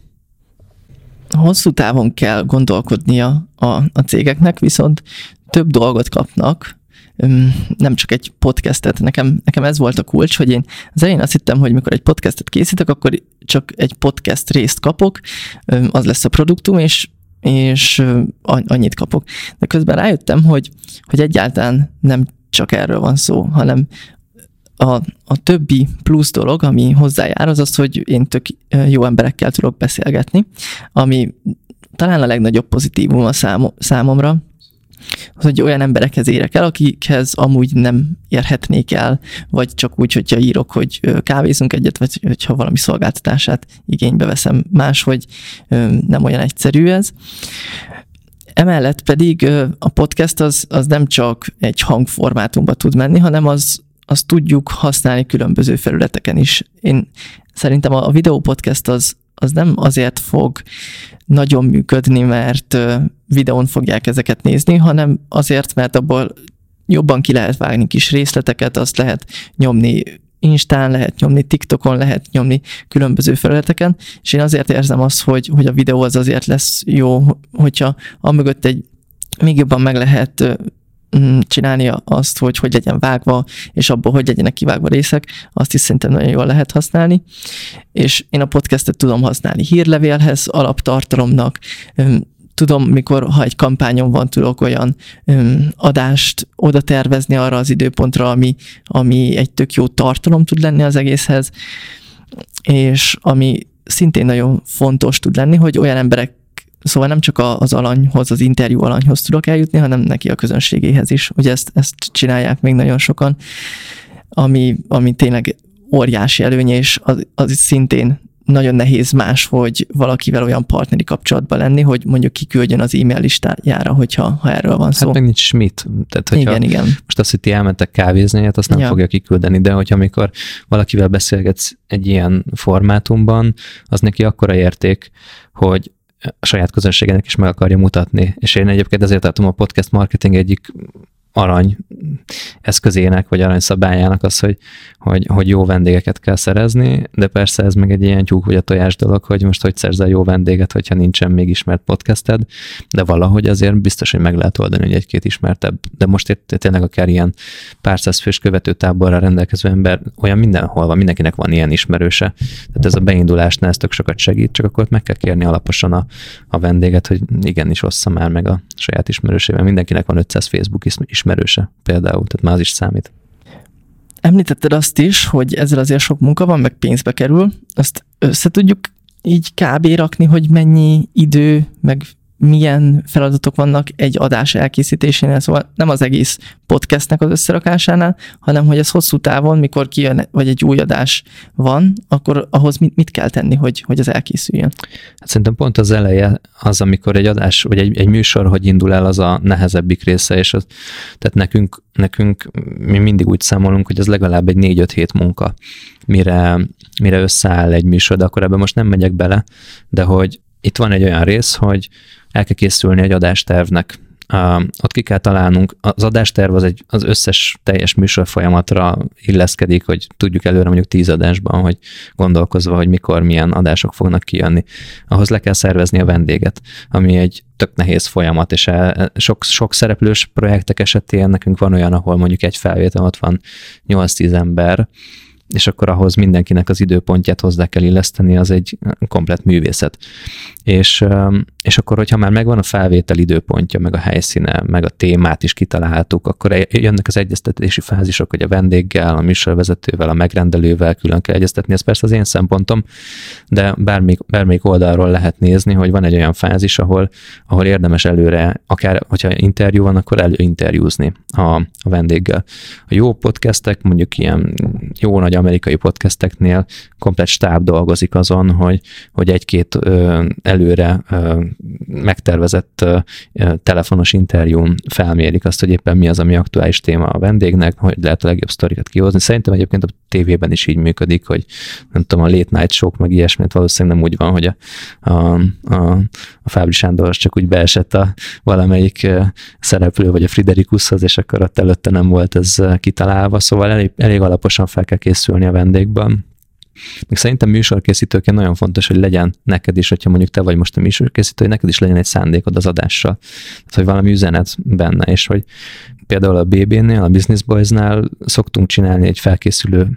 Hosszú távon kell gondolkodnia a, a cégeknek, viszont több dolgot kapnak, nem csak egy podcastet. Nekem, nekem ez volt a kulcs, hogy én az elején azt hittem, hogy mikor egy podcastet készítek, akkor csak egy podcast részt kapok, az lesz a produktum, és és annyit kapok. De közben rájöttem, hogy, hogy egyáltalán nem csak erről van szó, hanem a, a többi plusz dolog, ami hozzájár, az az, hogy én tök jó emberekkel tudok beszélgetni, ami talán a legnagyobb pozitívum a szám, számomra, az, hogy olyan emberekhez érek el, akikhez amúgy nem érhetnék el, vagy csak úgy, hogyha írok, hogy kávézunk egyet, vagy hogyha valami szolgáltatását igénybe veszem máshogy, nem olyan egyszerű ez. Emellett pedig a podcast az, az nem csak egy hangformátumba tud menni, hanem az, az tudjuk használni különböző felületeken is. Én szerintem a videó podcast az, az nem azért fog nagyon működni, mert videón fogják ezeket nézni, hanem azért, mert abból jobban ki lehet vágni kis részleteket, azt lehet nyomni Instán, lehet nyomni TikTokon, lehet nyomni különböző felületeken, és én azért érzem azt, hogy, hogy a videó az azért lesz jó, hogyha amögött egy még jobban meg lehet csinálni azt, hogy hogy legyen vágva, és abból hogy legyenek kivágva részek, azt is szerintem nagyon jól lehet használni. És én a podcastet tudom használni hírlevélhez, alaptartalomnak, tudom, mikor, ha egy kampányon van, tudok olyan öm, adást oda tervezni arra az időpontra, ami, ami egy tök jó tartalom tud lenni az egészhez, és ami szintén nagyon fontos tud lenni, hogy olyan emberek, szóval nem csak az alanyhoz, az interjú alanyhoz tudok eljutni, hanem neki a közönségéhez is. Ugye ezt, ezt csinálják még nagyon sokan, ami, ami tényleg óriási előny, és az, az szintén nagyon nehéz más, hogy valakivel olyan partneri kapcsolatban lenni, hogy mondjuk kiküldjön az e-mail listájára, hogyha ha erről van szó. Hát meg nincs mit. Tehát, hogyha igen, igen. Most azt, hogy ti elmentek kávézni, hát azt nem ja. fogja kiküldeni, de hogyha amikor valakivel beszélgetsz egy ilyen formátumban, az neki akkora érték, hogy a saját közönségének is meg akarja mutatni. És én egyébként ezért tartom a podcast marketing egyik arany eszközének, vagy aranyszabályának az, hogy, hogy, hogy jó vendégeket kell szerezni, de persze ez meg egy ilyen tyúk vagy a tojás dolog, hogy most hogy szerzel jó vendéget, hogyha nincsen még ismert podcasted, de valahogy azért biztos, hogy meg lehet oldani, hogy egy-két ismertebb, de most tényleg akár ilyen pár száz fős követőtáborral rendelkező ember olyan mindenhol van, mindenkinek van ilyen ismerőse. Tehát ez a beindulásnál ez tök sokat segít, csak akkor meg kell kérni alaposan a, a vendéget, hogy igenis ossza már meg a saját ismerősével. Mindenkinek van ötszáz Facebook ismerőse például, tehát már az is számít. Említetted azt is, hogy ezzel azért sok munka van, meg pénzbe kerül. Azt össze tudjuk így kb. Rakni, hogy mennyi idő, meg milyen feladatok vannak egy adás elkészítésénél, szóval nem az egész podcastnek az összerakásánál, hanem hogy ez hosszú távon, mikor kijön, vagy egy új adás van, akkor ahhoz mit, mit kell tenni, hogy, hogy az elkészüljön? Hát szerintem pont az eleje az, amikor egy adás, vagy egy, egy műsor, hogy indul el, az a nehezebbik része, és az, tehát nekünk, nekünk mi mindig úgy számolunk, hogy ez legalább egy négy-öt hét munka, mire, mire összeáll egy műsor, de akkor ebben most nem megyek bele, de hogy itt van egy olyan rész, hogy el kell készülni egy adástervnek. Uh, ott ki kell találnunk, az adásterv az, egy, az összes teljes műsor folyamatra illeszkedik, hogy tudjuk előre mondjuk tíz adásban, hogy gondolkozva, hogy mikor milyen adások fognak kijönni. Ahhoz le kell szervezni a vendéget, ami egy tök nehéz folyamat, és sok, sok szereplős projektek esetén nekünk van olyan, ahol mondjuk egy felvétel ott van nyolc-tíz ember, és akkor ahhoz mindenkinek az időpontját hozzá kell illeszteni, az egy komplett művészet. És, és akkor, hogyha már megvan a felvétel időpontja, meg a helyszíne, meg a témát is kitaláltuk, akkor jönnek az egyeztetési fázisok, hogy a vendéggel, a műsorvezetővel, a megrendelővel külön kell egyeztetni. Ez persze az én szempontom, de bármelyik, bármelyik oldalról lehet nézni, hogy van egy olyan fázis, ahol, ahol érdemes előre, akár hogyha interjú van, akkor előinterjúzni a, a vendéggel. A jó podcastek, mondjuk ilyen jó nagy amerikai podcasteknél komplett stáb dolgozik azon, hogy, hogy egy-két ö, előre ö, megtervezett ö, telefonos interjún felmérik azt, hogy éppen mi az, ami aktuális téma a vendégnek, hogy lehet a legjobb sztorikat kihozni. Szerintem egyébként a tévében is így működik, hogy nem tudom, a late night show meg ilyesmit valószínűleg nem úgy van, hogy a, a, a, a Fábri Sándor csak úgy beesett a valamelyik szereplő, vagy a Friderikushoz, és akkor ott előtte nem volt ez kitalálva, szóval elég, elég alaposan fel kell készülni a vendégben. Még szerintem műsorkészítőként nagyon fontos, hogy legyen neked is, hogyha mondjuk te vagy most a műsorkészítő, hogy neked is legyen egy szándékod az adással. Tehát, hogy valami üzenet benne, és hogy például a bé bé-nél, a Business Boys-nál szoktunk csinálni egy felkészülő,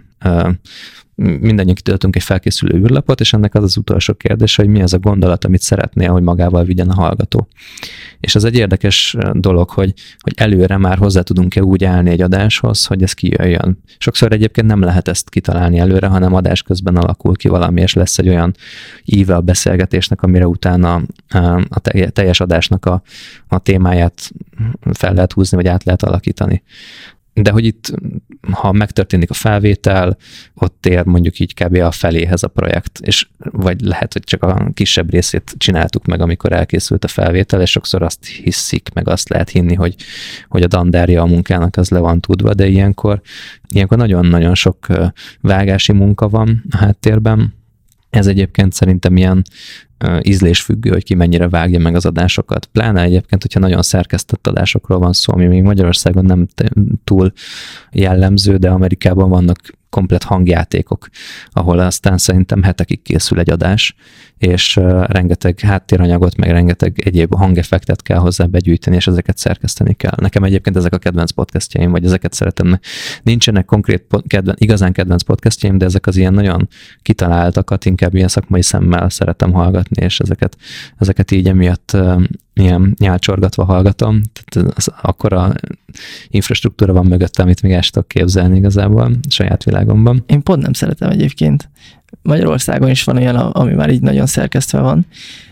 mindannyian kitöltünk egy felkészülő űrlapot, és ennek az az utolsó kérdés, hogy mi az a gondolat, amit szeretnél, hogy magával vigyen a hallgató. És ez egy érdekes dolog, hogy, hogy előre már hozzá tudunk-e úgy állni egy adáshoz, hogy ez kijöjjön. Sokszor egyébként nem lehet ezt kitalálni előre, hanem adás közben alakul ki valami, és lesz egy olyan íve a beszélgetésnek, amire utána a teljes adásnak a, a témáját fel lehet húzni, vagy át lehet alakítani. de hogy itt, ha megtörténik a felvétel, ott ér mondjuk így kb. A feléhez a projekt, és vagy lehet, hogy csak a kisebb részét csináltuk meg, amikor elkészült a felvétel, és sokszor azt hiszik, meg azt lehet hinni, hogy, hogy a dandárja a munkának az le van tudva, de ilyenkor, ilyenkor nagyon-nagyon sok vágási munka van a háttérben. Ez egyébként szerintem ilyen ízlésfüggő, hogy ki mennyire vágja meg az adásokat. Pláne egyébként, hogyha nagyon szerkesztett adásokról van szó, ami még Magyarországon nem túl jellemző, de Amerikában vannak komplet hangjátékok, ahol aztán szerintem hetekig készül egy adás, és uh, rengeteg háttéranyagot, meg rengeteg egyéb hangeffektet kell hozzá begyűjteni, és ezeket szerkeszteni kell. Nekem egyébként ezek a kedvenc podcastjaim, vagy ezeket szeretem. Nincsenek konkrét, kedven, igazán kedvenc podcastjaim, de ezek az ilyen nagyon kitaláltakat, inkább ilyen szakmai szemmel szeretem hallgatni, és ezeket, ezeket így emiatt uh, ilyen nyálcsorgatva hallgatom. Tehát az, akkora infrastruktúra van mögötte, amit még el sem tudok képzelni igazából a saját világomban. Én pont nem szeretem egyébként. Magyarországon is van olyan, ami már így nagyon szerkesztve van,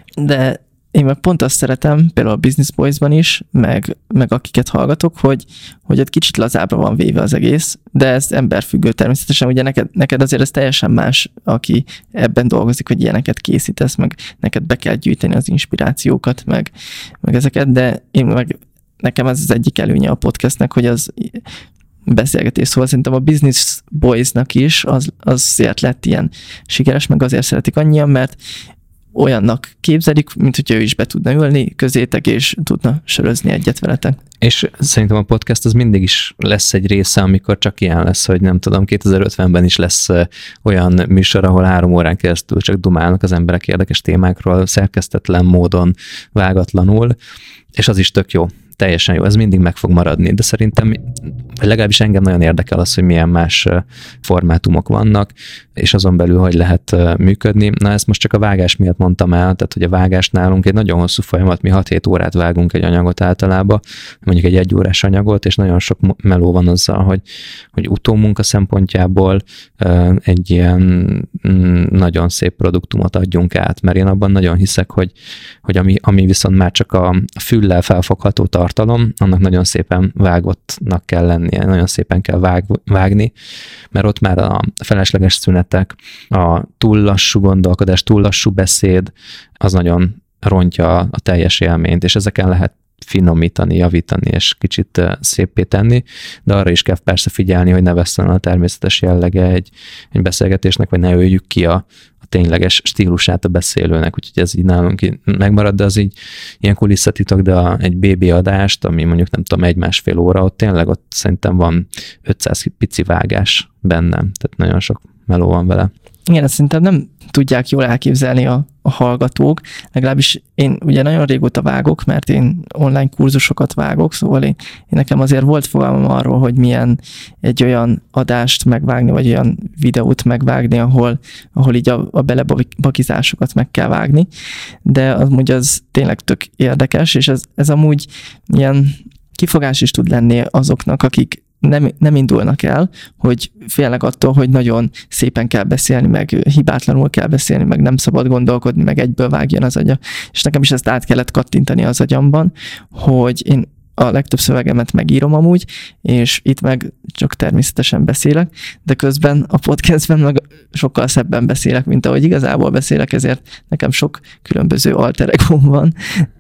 de én meg pont azt szeretem, például a Business Boys-ban is, meg, meg akiket hallgatok, hogy, hogy ott kicsit lazábbra van véve az egész, de ez emberfüggő természetesen, ugye neked, neked azért ez teljesen más, aki ebben dolgozik, hogy ilyeneket készítesz, meg neked be kell gyűjteni az inspirációkat, meg, meg ezeket, de én meg, nekem ez az egyik előnye a podcastnek, hogy az beszélgetés, szóval szerintem a Business Boys-nak is az, azért lett ilyen sikeres, meg azért szeretik annyian, mert olyannak képzelik, mint hogyha ő is be tudna ülni közétek, és tudna sörözni egyet veletek. És szerintem a podcast az mindig is lesz egy része, amikor csak ilyen lesz, hogy nem tudom, kétezer-ötvenben is lesz olyan műsor, ahol három órán keresztül csak dumálnak az emberek érdekes témákról, szerkesztetlen módon, vágatlanul, és az is tök jó. Teljesen jó, ez mindig meg fog maradni, de szerintem, vagy legalábbis engem nagyon érdekel az, hogy milyen más formátumok vannak, és azon belül hogy lehet működni. Na, ezt most csak a vágás miatt mondtam el, tehát hogy a vágás nálunk egy nagyon hosszú folyamat, mi hat-hét órát vágunk egy anyagot általában, mondjuk egy egyórás anyagot, és nagyon sok meló van azzal, hogy, hogy utómunka szempontjából egy ilyen nagyon szép produktumot adjunk át, mert én abban nagyon hiszek, hogy, hogy ami, ami viszont már csak a füllel felfogható tartalom, annak nagyon szépen vágottnak kell lennie, nagyon szépen kell vág, vágni, mert ott már a felesleges szünetek, a túl lassú gondolkodás, túl lassú beszéd, az nagyon rontja a teljes élményt, és ezeken lehet finomítani, javítani, és kicsit széppé tenni, de arra is kell persze figyelni, hogy ne vesszen a természetes jellege egy, egy beszélgetésnek, vagy ne öljük ki a, a tényleges stílusát a beszélőnek, úgyhogy ez így nálunk így megmarad, de az így ilyen kulisszatitok, de a, egy bé bé adást, ami mondjuk nem tudom, egy-másfél óra, ott tényleg ott szerintem van ötszáz pici vágás benne, tehát nagyon sok meló van vele. Igen, ezt szerintem nem tudják jól elképzelni a, a hallgatók, legalábbis én ugye nagyon régóta vágok, mert én online kurzusokat vágok, szóval én, én nekem azért volt fogalmam arról, hogy milyen egy olyan adást megvágni, vagy olyan videót megvágni, ahol, ahol így a, a belebakizásokat meg kell vágni, de amúgy az tényleg tök érdekes, és ez, ez amúgy ilyen kifogás is tud lenni azoknak, akik Nem, nem indulnak el, hogy félnek attól, hogy nagyon szépen kell beszélni, meg hibátlanul kell beszélni, meg nem szabad gondolkodni, meg egyből vágjon az agya. És nekem is ezt át kellett kattintani az agyamban, hogy én a legtöbb szövegemet megírom amúgy, és itt meg csak természetesen beszélek, de közben a podcastben meg sokkal szebben beszélek, mint ahogy igazából beszélek, ezért nekem sok különböző alter egóm van,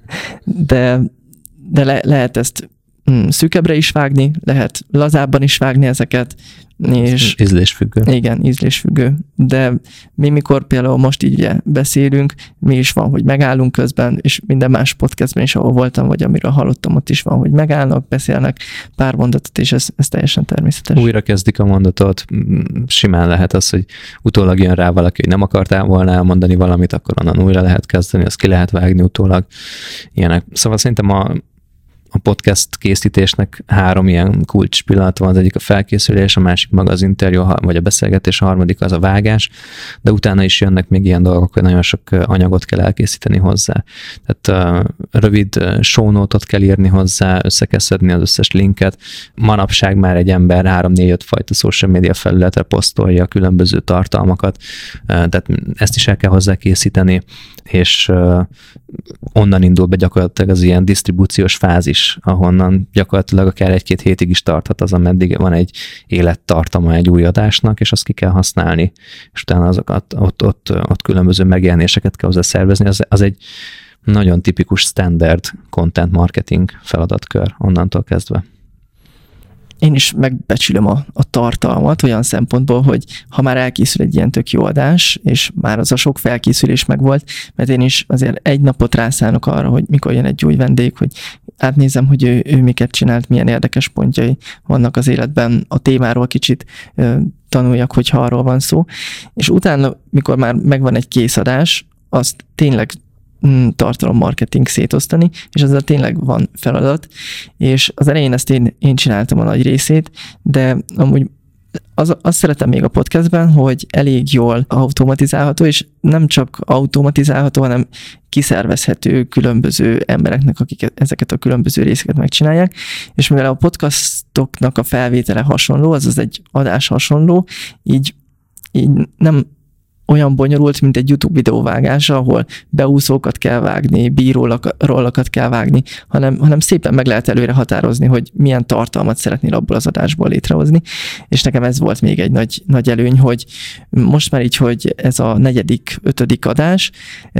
de, de le, lehet ezt szűkebbre is vágni, lehet lazábban is vágni ezeket, és ízlésfüggő. Igen, ízlésfüggő. De mi mikor például most így ugye beszélünk, mi is van, hogy megállunk közben, és minden más podcastben is, ahol voltam, vagy amiről hallottam, ott is van, hogy megállnak, beszélnek pár mondatot, és ez, ez teljesen természetes. Újra kezdik a mondatot, simán lehet az, hogy utólag jön rá valaki, hogy nem akartál volna elmondani valamit, akkor onnan újra lehet kezdeni, azt ki lehet vágni utólag. Ilyenek. Szóval szerintem a A podcast készítésnek három ilyen kulcs pillanat van, az egyik a felkészülés, a másik maga az interjú, vagy a beszélgetés, a harmadik az a vágás, de utána is jönnek még ilyen dolgok, hogy nagyon sok anyagot kell elkészíteni hozzá. Tehát uh, rövid show note-ot kell írni hozzá, össze kell szedni az összes linket. Manapság már egy ember három-négy-öt fajta social media felületre posztolja a különböző tartalmakat, uh, tehát ezt is el kell hozzá készíteni, és uh, onnan indul be gyakorlatilag az ilyen disztribúciós fázis. is, ahonnan gyakorlatilag akár egy-két hétig is tarthat az, ameddig van egy élettartama egy új adásnak, és azt ki kell használni, és utána azokat ott, ott, ott különböző megjelenéseket kell hozzá szervezni. Az, az egy nagyon tipikus standard content marketing feladatkör onnantól kezdve. Én is megbecsülöm a, a tartalmat olyan szempontból, hogy ha már elkészül egy ilyen tök jó adás, és már az a sok felkészülés megvolt, mert én is azért egy napot rászánok arra, hogy mikor jön egy új vendég, hogy átnézem, hogy ő, ő miket csinált, milyen érdekes pontjai vannak az életben, a témáról kicsit ö, tanuljak, hogyha arról van szó. És utána, mikor már megvan egy kész adás, azt tényleg tartalommarketing szétosztani, és ezzel tényleg van feladat, és az elején ezt én, én csináltam a nagy részét, de amúgy az, azt szeretem még a podcastben, hogy elég jól automatizálható, és nem csak automatizálható, hanem kiszervezhető különböző embereknek, akik ezeket a különböző részeket megcsinálják, és mivel a podcastoknak a felvétele hasonló, azaz egy adás hasonló, így, így nem olyan bonyolult, mint egy YouTube videóvágása, ahol beúszókat kell vágni, bírórollakat kell vágni, hanem, hanem szépen meg lehet előre határozni, hogy milyen tartalmat szeretnél abból az adásból létrehozni. És nekem ez volt még egy nagy, nagy előny, hogy most már így, hogy ez a negyedik, ötödik adás,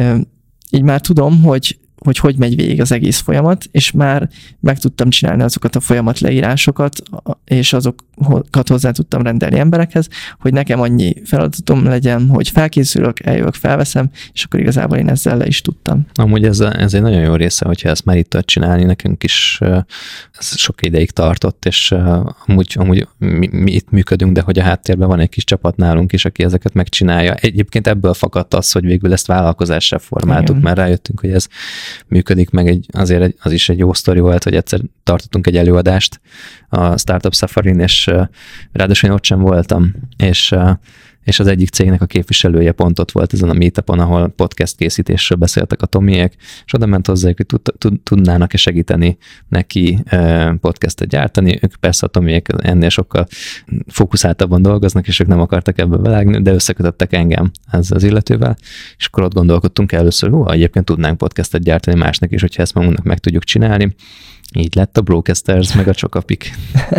így már tudom, hogy hogy hogy megy végig az egész folyamat, és már meg tudtam csinálni azokat a folyamat leírásokat, és azokat hozzá tudtam rendelni emberekhez, hogy nekem annyi feladatom legyen, hogy felkészülök, eljövök, felveszem, és akkor igazából én ezzel le is tudtam. Amúgy ez, ez egy nagyon jó része, hogyha ezt már itt tud csinálni, nekünk is ez sok ideig tartott, és amúgy, amúgy mi, mi itt működünk, de hogy a háttérben van egy kis csapat nálunk is, aki ezeket megcsinálja. Egyébként ebből fakadt az, hogy végül ezt vállalkozásra formáltuk, igen. Mert rájöttünk, hogy ez működik, meg egy, azért az is egy jó sztori volt, hogy egyszer tartottunk egy előadást a Startup Safarin, és ráadásul én ott sem voltam, és, és az egyik cégnek a képviselője pont ott volt ezen a meetupon, ahol podcast készítésről beszéltek a Tomiék, és oda ment hozzájuk, hogy tud, tud, tudnának-e segíteni neki podcastet gyártani. Ők persze a Tomiék ennél sokkal fókuszáltabban dolgoznak, és ők nem akartak ebbe belágni, de összekötöttek engem ezzel az illetővel, és akkor ott gondolkodtunk először, hogy egyébként tudnánk podcastet gyártani másnak is, hogyha ezt magunknak meg tudjuk csinálni. Így lett a Brocasters, meg a Csokapik.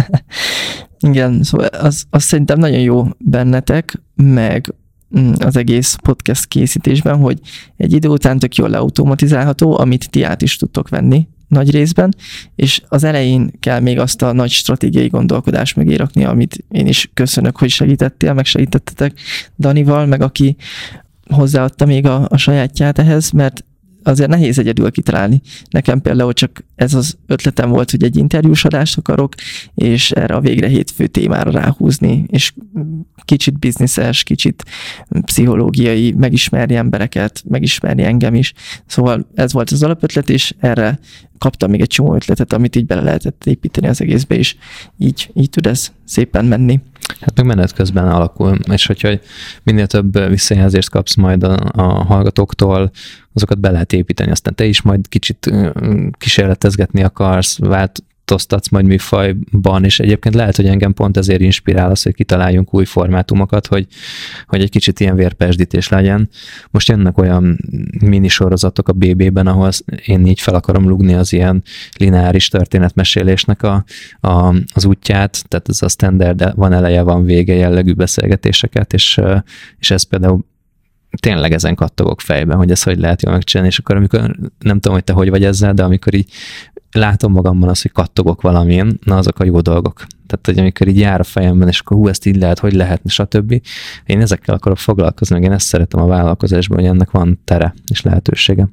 Igen, szóval az, az szerintem nagyon jó bennetek, meg az egész podcast készítésben, hogy egy idő után tök jól leautomatizálható, amit ti át is tudtok venni nagy részben, és az elején kell még azt a nagy stratégiai gondolkodást mögé rakni, amit én is köszönök, hogy segítettél, meg segítettetek Danival, meg aki hozzáadta még a, a sajátját ehhez, mert azért nehéz egyedül kitalálni. Nekem például csak ez az ötletem volt, hogy egy interjús adást akarok, és erre a végre hétfő témára ráhúzni, és kicsit bizniszes, kicsit pszichológiai, megismerni embereket, megismerni engem is. Szóval ez volt az alapötlet, és erre kaptam még egy csomó ötletet, amit így bele lehetett építeni az egészbe, és így, így tud ez szépen menni. Hát meg menet közben alakul, és hogyha minél több visszajelzést kapsz majd a, a hallgatóktól, azokat be lehet építeni, aztán te is majd kicsit kísérletezgetni akarsz, változtatsz majd műfajban, és egyébként lehet, hogy engem pont ezért inspirál az, hogy kitaláljunk új formátumokat, hogy, hogy egy kicsit ilyen vérpesdítés legyen. Most jönnek olyan minisorozatok a bé bé-ben, ahol én így fel akarom lugni az ilyen lineáris történetmesélésnek a, a, az útját, tehát ez a standard, van eleje, van vége jellegű beszélgetéseket, és, és ez például tényleg ezen kattogok fejben, hogy ezt hogy lehet jól megcsinálni, és akkor amikor, nem tudom, hogy te hogy vagy ezzel, de amikor így látom magamban azt, hogy kattogok valamin, na azok a jó dolgok. Tehát, hogy amikor így jár a fejemben, és akkor hú, ezt így lehet, hogy lehetne, stb. Én ezekkel akarok foglalkozni, meg én ezt szeretem a vállalkozásban, hogy ennek van tere és lehetősége.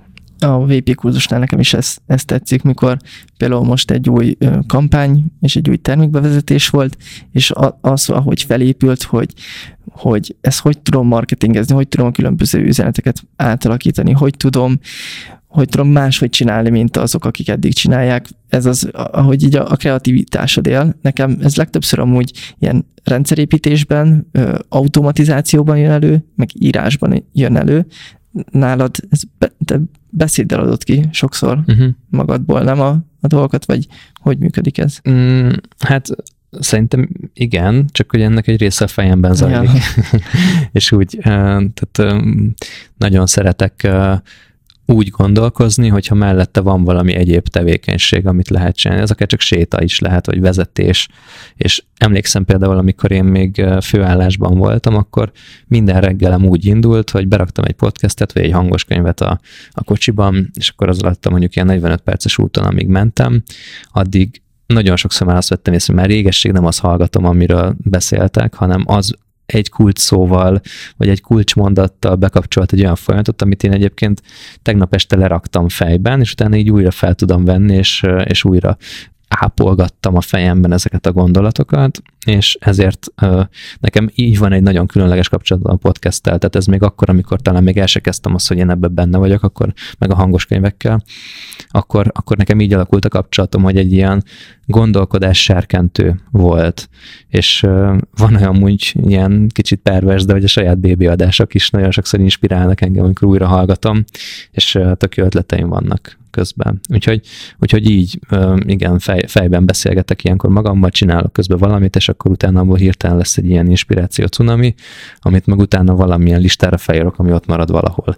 A vé pé kurzusnál nekem is ez, ez tetszik, mikor például most egy új kampány és egy új termékbevezetés volt, és az, ahogy felépült, hogy, hogy ezt hogy tudom marketingezni, hogy tudom a különböző üzeneteket átalakítani, hogy tudom, hogy tudom máshogy csinálni, mint azok, akik eddig csinálják. Ez az, ahogy így a, a kreativitásod él. Nekem ez legtöbbször amúgy ilyen rendszerépítésben, automatizációban jön elő, meg írásban jön elő. Nálad ez be, te beszéddel adod ki sokszor uh-huh. magadból, nem a, a dolgokat, vagy hogy működik ez? Mm, hát szerintem igen, csak hogy ennek egy része a fejemben zajlik. Ja. És úgy, tehát nagyon szeretek úgy gondolkozni, hogyha mellette van valami egyéb tevékenység, amit lehet csinálni. Ez akár csak séta is lehet, vagy vezetés. És emlékszem például, amikor én még főállásban voltam, akkor minden reggelem úgy indult, hogy beraktam egy podcastet, vagy egy hangos könyvet a, a kocsiban, és akkor az alatt mondjuk ilyen negyvenöt perces úton, amíg mentem, addig nagyon sokszor már azt vettem észre, mert régesség nem azt hallgatom, amiről beszéltek, hanem az egy kulcs szóval, vagy egy kulcsmondattal bekapcsolt egy olyan folyamatot, amit én egyébként tegnap este leraktam fejben, és utána így újra fel tudom venni, és, és újra ápolgattam a fejemben ezeket a gondolatokat, és ezért uh, nekem így van egy nagyon különleges kapcsolatom a podcasttel, tehát ez még akkor, amikor talán még el se kezdtem azt, hogy én ebben benne vagyok, akkor meg a hangos könyvekkel, akkor, akkor nekem így alakult a kapcsolatom, hogy egy ilyen gondolkodás serkentő volt, és uh, van olyan úgy ilyen kicsit pervers, de hogy a saját bébi adások is nagyon sokszor inspirálnak engem, amikor újra hallgatom, és uh, tök jó ötleteim vannak közben. Úgyhogy, úgyhogy így, igen, fej, fejben beszélgetek ilyenkor magammal, csinálok közben valamit, és akkor utána abból hirtelen lesz egy ilyen inspiráció cunami, amit meg utána valamilyen listára felírok, ami ott marad valahol.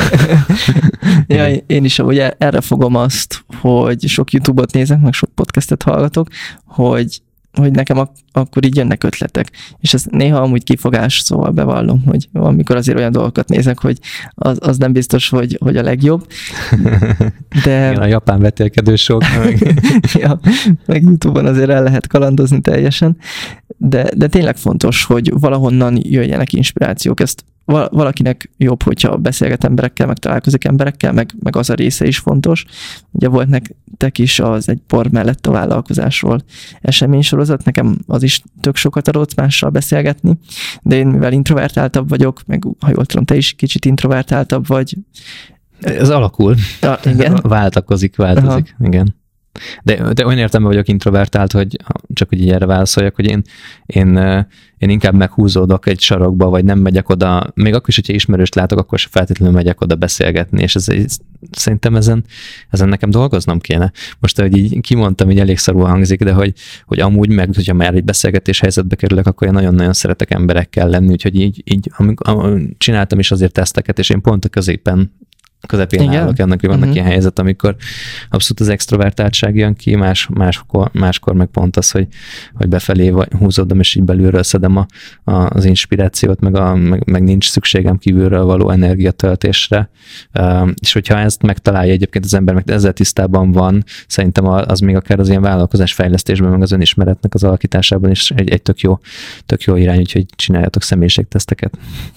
Ja, én is amúgy erre fogom azt, hogy sok YouTube-ot nézek, meg sok podcastet hallgatok, hogy hogy nekem ak- akkor így jönnek ötletek. És ez néha amúgy kifogás, szóval bevallom, hogy amikor azért olyan dolgokat nézek, hogy az, az nem biztos, hogy, hogy a legjobb. De... Igen, a japán vetélkedő sok. Meg... ja, meg YouTube-on azért el lehet kalandozni teljesen. De, de tényleg fontos, hogy valahonnan jöjjenek inspirációk. Ezt valakinek jobb, hogyha beszélget emberekkel, meg találkozik emberekkel, meg, meg az a része is fontos. Ugye volt nektek is az Egy por mellett a vállalkozásról eseménysorozat, nekem az is tök sokat adott mással beszélgetni, de én mivel introvertáltabb vagyok, meg ha jól tudom, te is kicsit introvertáltabb vagy. Ez alakul. Ja, igen. Váltakozik, változik, aha. Igen. De, de olyan értelemben vagyok introvertált, hogy csak hogy így erre válaszoljak, hogy én, én, én inkább meghúzódok egy sarokba, vagy nem megyek oda, még akkor is, hogyha ismerőst látok, akkor sem feltétlenül megyek oda beszélgetni, és ez, szerintem ezen, ezen nekem dolgoznom kéne. Most, ahogy így kimondtam, így elég szarul hangzik, de hogy, hogy amúgy meg, hogyha már egy beszélgetés helyzetbe kerülök, akkor én nagyon-nagyon szeretek emberekkel lenni, úgyhogy így, így amikor, csináltam is azért teszteket, és én pont a középen közepén igen? állok ennek, hogy vannak uh-huh. ilyen helyzet, amikor abszolút az extrovertáltság jön ki, más, máskor, máskor meg pont az, hogy, hogy befelé húzódom, és így belülről szedem a, a, az inspirációt, meg, a, meg, meg nincs szükségem kívülről való energiatöltésre. Uh, és hogyha ezt megtalálja egyébként az ember, meg ezzel tisztában van, szerintem az még akár az ilyen vállalkozás fejlesztésben, meg az önismeretnek az alakításában is egy, egy tök jó, tök jó irány, úgyhogy csináljatok személyiségteszteket.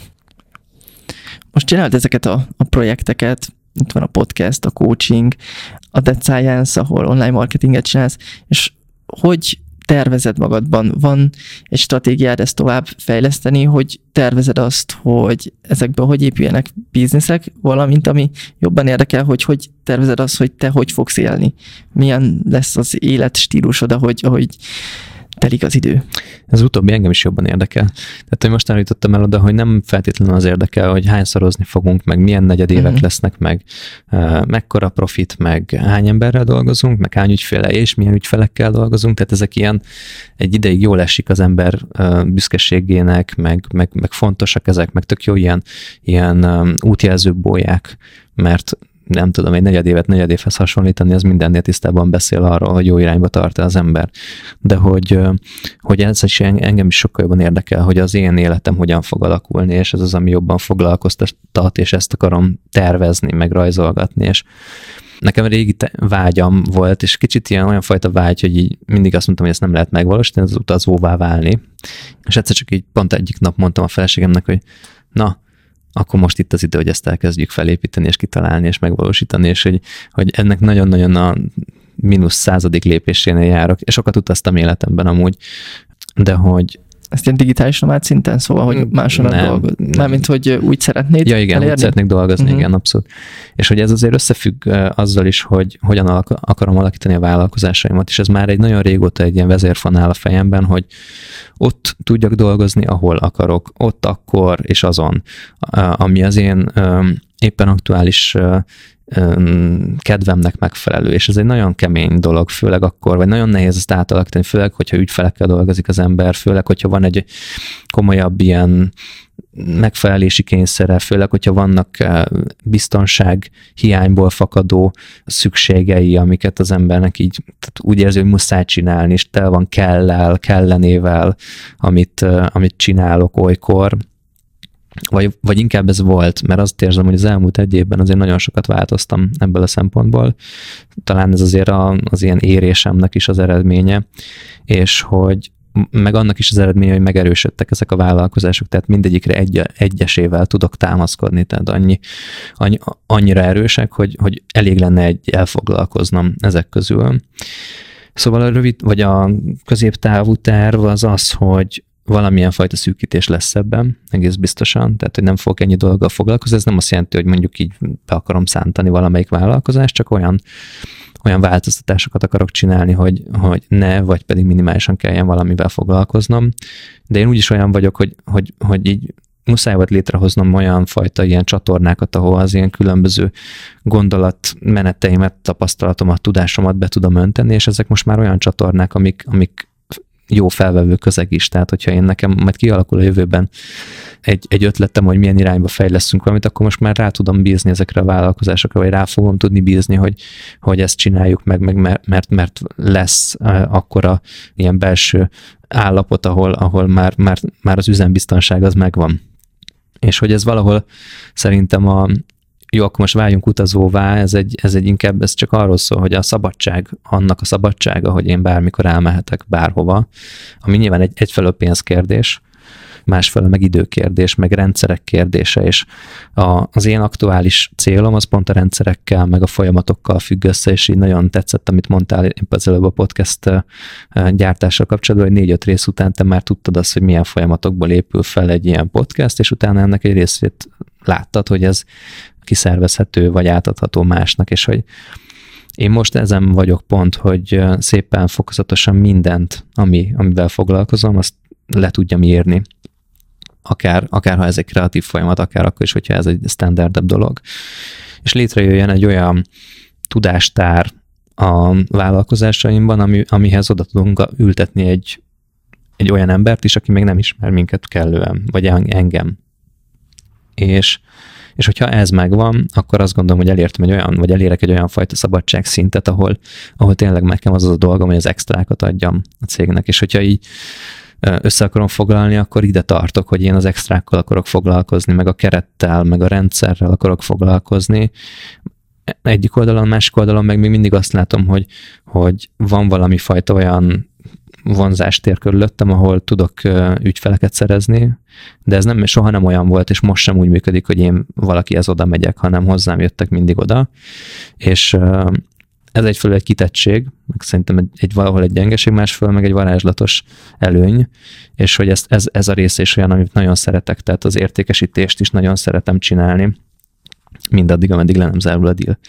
Most csináld ezeket a, a projekteket, itt van a podcast, a coaching, a Dead Science, ahol online marketinget csinálsz, és hogy tervezed magadban? Van egy stratégiád ezt tovább fejleszteni, hogy tervezed azt, hogy ezekből hogy épüljenek bizniszek, valamint ami jobban érdekel, hogy hogy tervezed azt, hogy te hogy fogsz élni? Milyen lesz az életstílusod, ahogy, ahogy telik az idő? Ez utóbbi engem is jobban érdekel. Tehát, hogy most állítottam el oda, hogy nem feltétlenül az érdekel, hogy hányszorozni fogunk, meg milyen negyedévek uh-huh. lesznek, meg uh, mekkora profit, meg hány emberrel dolgozunk, meg hány ügyféle és milyen ügyfelekkel dolgozunk. Tehát ezek ilyen egy ideig jól esik az ember uh, büszkeségének, meg, meg, meg fontosak ezek, meg tök jó ilyen, ilyen um, útjelző bóják, mert nem tudom, egy negyedévet negyedévhez hasonlítani, az mindennél tisztában beszél arról, hogy jó irányba tart-e az ember. De hogy, hogy ez is engem is sokkal jobban érdekel, hogy az én életem hogyan fog alakulni, és ez az, ami jobban foglalkoztat, és ezt akarom tervezni, meg rajzolgatni, és nekem régi vágyam volt, és kicsit ilyen olyan fajta vágy, hogy így mindig azt mondtam, hogy ezt nem lehet megvalósítani, az utazóvá válni. És egyszer csak így pont egyik nap mondtam a feleségemnek, hogy na, akkor most itt az idő, hogy ezt elkezdjük felépíteni, és kitalálni, és megvalósítani, és hogy, hogy ennek nagyon-nagyon a mínusz századik lépésénél járok, és sokat utaztam életemben amúgy, de hogy... Ezt ilyen digitális nomád szinten, szóval, hogy máson dolgoz. Mármint, hogy úgy szeretnéd Ja, igen, elérni? úgy szeretnék dolgozni, uh-huh. igen, abszolút. És hogy ez azért összefügg azzal is, hogy hogyan alak- akarom alakítani a vállalkozásaimat, és ez már egy nagyon régóta egy ilyen vezérfonál a fejemben, hogy ott tudjak dolgozni, ahol akarok, ott akkor és azon, ami az én éppen aktuális kedvemnek megfelelő, és ez egy nagyon kemény dolog, főleg akkor, vagy nagyon nehéz ezt átalakítani, főleg, hogyha ügyfelekkel dolgozik az ember, főleg, hogyha van egy komolyabb ilyen megfelelési kényszere, főleg, hogyha vannak biztonság hiányból fakadó szükségei, amiket az embernek így tehát úgy érzi, hogy muszáj csinálni, és tel van kell-el, kellenével, amit, amit csinálok olykor. Vagy, vagy inkább ez volt, mert azt érzem, hogy az elmúlt egy évben azért nagyon sokat változtam ebből a szempontból. Talán ez azért a, az ilyen érésemnek is az eredménye, és hogy meg annak is az eredménye, hogy megerősödtek ezek a vállalkozások, tehát mindegyikre egy, egyesével tudok támaszkodni, tehát annyi, annyi, annyira erősek, hogy, hogy elég lenne egy elfoglalkoznom ezek közül. Szóval a rövid, vagy a középtávú terv az az, hogy valamilyen fajta szűkítés lesz ebben, egész biztosan, tehát hogy nem fogok ennyi dologgal foglalkozni, ez nem azt jelenti, hogy mondjuk így be akarom szántani valamelyik vállalkozást, csak olyan, olyan változtatásokat akarok csinálni, hogy, hogy ne, vagy pedig minimálisan kelljen valamivel foglalkoznom, de én úgyis olyan vagyok, hogy, hogy, hogy így muszáj volt létrehoznom olyan fajta ilyen csatornákat, ahol az ilyen különböző gondolatmeneteimet, tapasztalatomat, tudásomat be tudom önteni, és ezek most már olyan csatornák, amik, amik jó felvevő közeg is, tehát hogyha én nekem majd kialakul a jövőben egy, egy ötletem, hogy milyen irányba fejleszünk valamit, akkor most már rá tudom bízni ezekre a vállalkozásokra, vagy rá fogom tudni bízni, hogy, hogy ezt csináljuk meg, meg mert, mert lesz akkora ilyen belső állapot, ahol, ahol már, már, már az üzembiztonság az megvan. És hogy ez valahol szerintem a jó, akkor most váljunk utazóvá, ez egy, ez egy inkább, ez csak arról szól, hogy a szabadság, annak a szabadsága, hogy én bármikor elmehetek bárhova, ami nyilván egy, egyfelől pénzkérdés, másfelől meg időkérdés, meg rendszerek kérdése, és a, az én aktuális célom az pont a rendszerekkel, meg a folyamatokkal függ össze, és így nagyon tetszett, amit mondtál épp az előbb a podcast gyártással kapcsolatban, hogy négy-öt rész után te már tudtad azt, hogy milyen folyamatokból épül fel egy ilyen podcast, és utána ennek egy részét láttad, hogy ez kiszervezhető, vagy átadható másnak, és hogy én most ezen vagyok pont, hogy szépen fokozatosan mindent, ami, amivel foglalkozom, azt le tudjam írni. Akár, akár ha ez egy kreatív folyamat, akár akkor is, hogyha ez egy standardabb dolog. És létrejöjjön egy olyan tudástár a vállalkozásaimban, ami, amihez oda tudunk ültetni egy, egy olyan embert is, aki még nem ismer minket kellően, vagy engem. És És hogyha ez megvan, akkor azt gondolom, hogy elértem egy olyan, vagy elérek egy olyan fajta szabadságszintet, ahol, ahol tényleg nekem az az a dolgom, hogy az extrákat adjam a cégnek. És hogyha így össze akarom foglalni, akkor ide tartok, hogy én az extrákkal akarok foglalkozni, meg a kerettel, meg a rendszerrel akarok foglalkozni. Egyik oldalon, másik oldalon meg még mindig azt látom, hogy, hogy van valami fajta olyan vonzástér körülöttem, ahol tudok ügyfeleket szerezni, de ez nem, soha nem olyan volt, és most sem úgy működik, hogy én valakihez oda megyek, hanem hozzám jöttek mindig oda, és ez egyfelől egy kitettség, meg szerintem egy, egy valahol egy gyengeség, másfelől meg egy varázslatos előny, és hogy ez, ez, ez a része is olyan, amit nagyon szeretek, tehát az értékesítést is nagyon szeretem csinálni, mindaddig, ameddig le nem zárul a deal.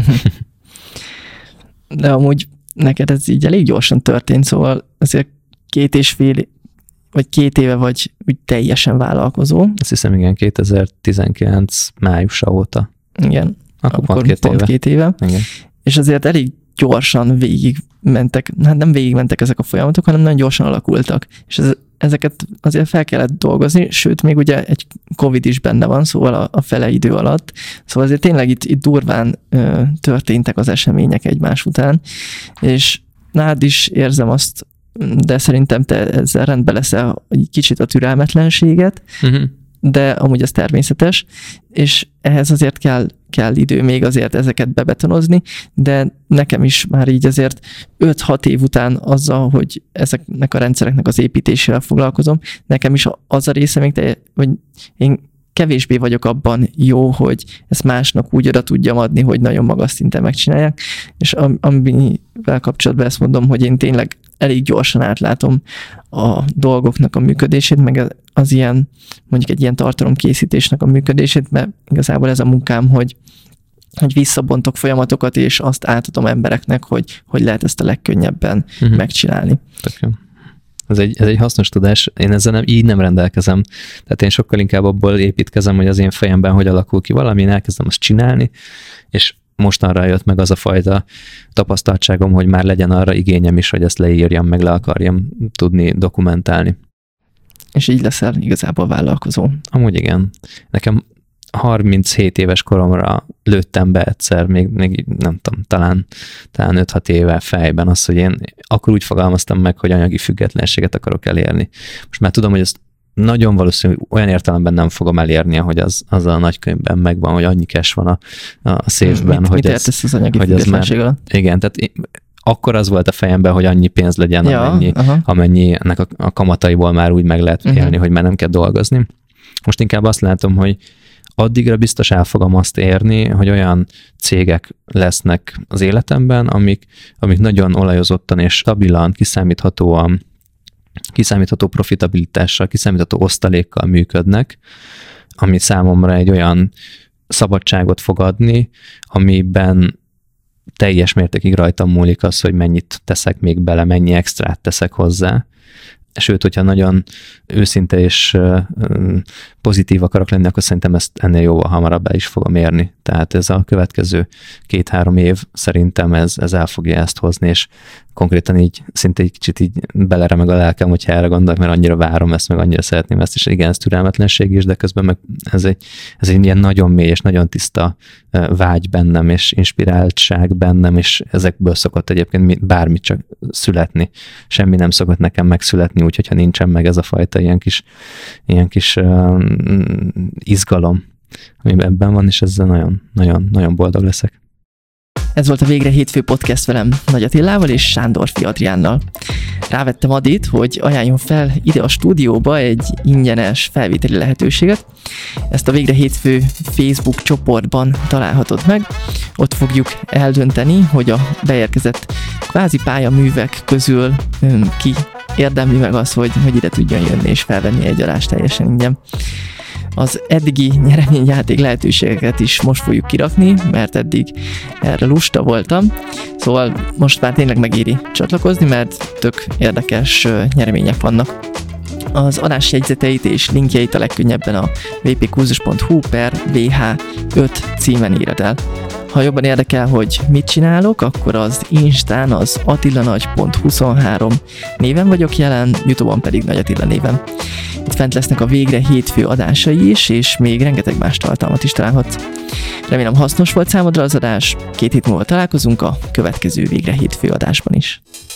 De amúgy neked ez így elég gyorsan történt, szóval azért két és fél, vagy két éve vagy úgy teljesen vállalkozó. Azt hiszem, igen, kétezer-tizenkilenc májusa óta. Igen. Akkor, akkor pont két pont éve. Két éve. Igen. És azért elég gyorsan végigmentek, hát nem végigmentek ezek a folyamatok, hanem nagyon gyorsan alakultak. És ez, ezeket azért fel kellett dolgozni, sőt, még ugye egy Covid is benne van, szóval a, a fele idő alatt. Szóval azért tényleg itt, itt durván ö, történtek az események egymás után, és nálad is érzem azt, de szerintem te ezzel rendbe leszel egy kicsit a türelmetlenséget, uh-huh. de amúgy az természetes, és ehhez azért kell, kell idő még azért ezeket bebetonozni, de nekem is már így azért öt-hat év után azzal, hogy ezeknek a rendszereknek az építésével foglalkozom, nekem is az a része még, te, hogy én kevésbé vagyok abban jó, hogy ezt másnak úgy oda tudjam adni, hogy nagyon magas szinten megcsinálják, és am- amivel kapcsolatban ezt mondom, hogy én tényleg elég gyorsan átlátom a dolgoknak a működését, meg az ilyen, mondjuk egy ilyen tartalomkészítésnek a működését, mert igazából ez a munkám, hogy, hogy visszabontok folyamatokat, és azt átadom embereknek, hogy, hogy lehet ezt a legkönnyebben uh-huh. megcsinálni. Tök jó. Ez egy, ez egy hasznos tudás. Én ezzel nem, így nem rendelkezem. Tehát én sokkal inkább abból építkezem, hogy az én fejemben hogy alakul ki valami, én elkezdem azt csinálni, és mostanra jött meg az a fajta tapasztaltságom, hogy már legyen arra igényem is, hogy ezt leírjam, meg le akarjam tudni dokumentálni. És így leszel igazából vállalkozó. Amúgy igen. Nekem harminchét éves koromra lőttem be egyszer, még, még nem tudom, talán, talán öt-hat éve fejben az, hogy én akkor úgy fogalmaztam meg, hogy anyagi függetlenséget akarok elérni. Most már tudom, hogy ezt nagyon valószínű, hogy olyan értelemben nem fogom elérni, hogy az, az a nagykönyvben megvan, hogy annyi cash van a, a széfben, mit, hogy mit ez, az anyagi hogy ez már, igen, tehát én, akkor az volt a fejemben, hogy annyi pénz legyen, ja, amennyi, amennyi ennek a, a kamataiból már úgy meg lehet élni, uh-huh. hogy már nem kell dolgozni. Most inkább azt látom, hogy addigra biztos el fogom azt érni, hogy olyan cégek lesznek az életemben, amik, amik nagyon olajozottan és stabilan, kiszámíthatóan, kiszámítható profitabilitással, kiszámítható osztalékkal működnek, ami számomra egy olyan szabadságot fog adni, amiben teljes mértékig rajtam múlik az, hogy mennyit teszek még bele, mennyi extrát teszek hozzá. Sőt, hogyha nagyon őszinte és pozitív akarok lenni, akkor szerintem ezt ennél jóval hamarabb el is fogom érni. Tehát ez a következő két-három év szerintem ez, ez el fogja ezt hozni, és konkrétan így szinte egy kicsit így beleremeg a lelkem, hogyha erre gondolok, mert annyira várom ezt, meg annyira szeretném ezt, és igen, ez türelmetlenség is, de közben meg ez egy, ez egy ilyen nagyon mély és nagyon tiszta vágy bennem, és inspiráltság bennem, és ezekből szokott egyébként bármit csak születni. Semmi nem szokott nekem megszületni, úgyhogy ha nincsen meg ez a fajta ilyen kis, ilyen kis uh, izgalom, ami ebben van, és ezzel nagyon, nagyon, nagyon boldog leszek. Ez volt a Végre Hétfő podcast velem, Nagy Attilával és Sándorfi Adriánnal. Rávettem Adit, hogy ajánljon fel ide a stúdióba egy ingyenes felvételi lehetőséget. Ezt a Végre Hétfő Facebook csoportban találhatod meg. Ott fogjuk eldönteni, hogy a beérkezett kvázi pályaművek közül ki érdemli meg az, hogy, hogy ide tudjon jönni és felvenni egy adást teljesen ingyen. Az eddigi nyereményjáték lehetőségeket is most fogjuk kirakni, mert eddig erre lusta voltam. Szóval most már tényleg megéri csatlakozni, mert tök érdekes nyeremények vannak. Az adás jegyzeteit és linkjeit a legkönnyebben a vpkurzus pont hu per vé há öt címen éred el. Ha jobban érdekel, hogy mit csinálok, akkor az Instán az attilanagy pont huszonhárom néven vagyok jelen, YouTube-on pedig Nagy Attila néven. Itt fent lesznek a Végre Hétfő adásai is, és még rengeteg más tartalmat is találhatsz. Remélem hasznos volt számodra az adás, két hét múlva találkozunk a következő Végre Hétfő adásban is.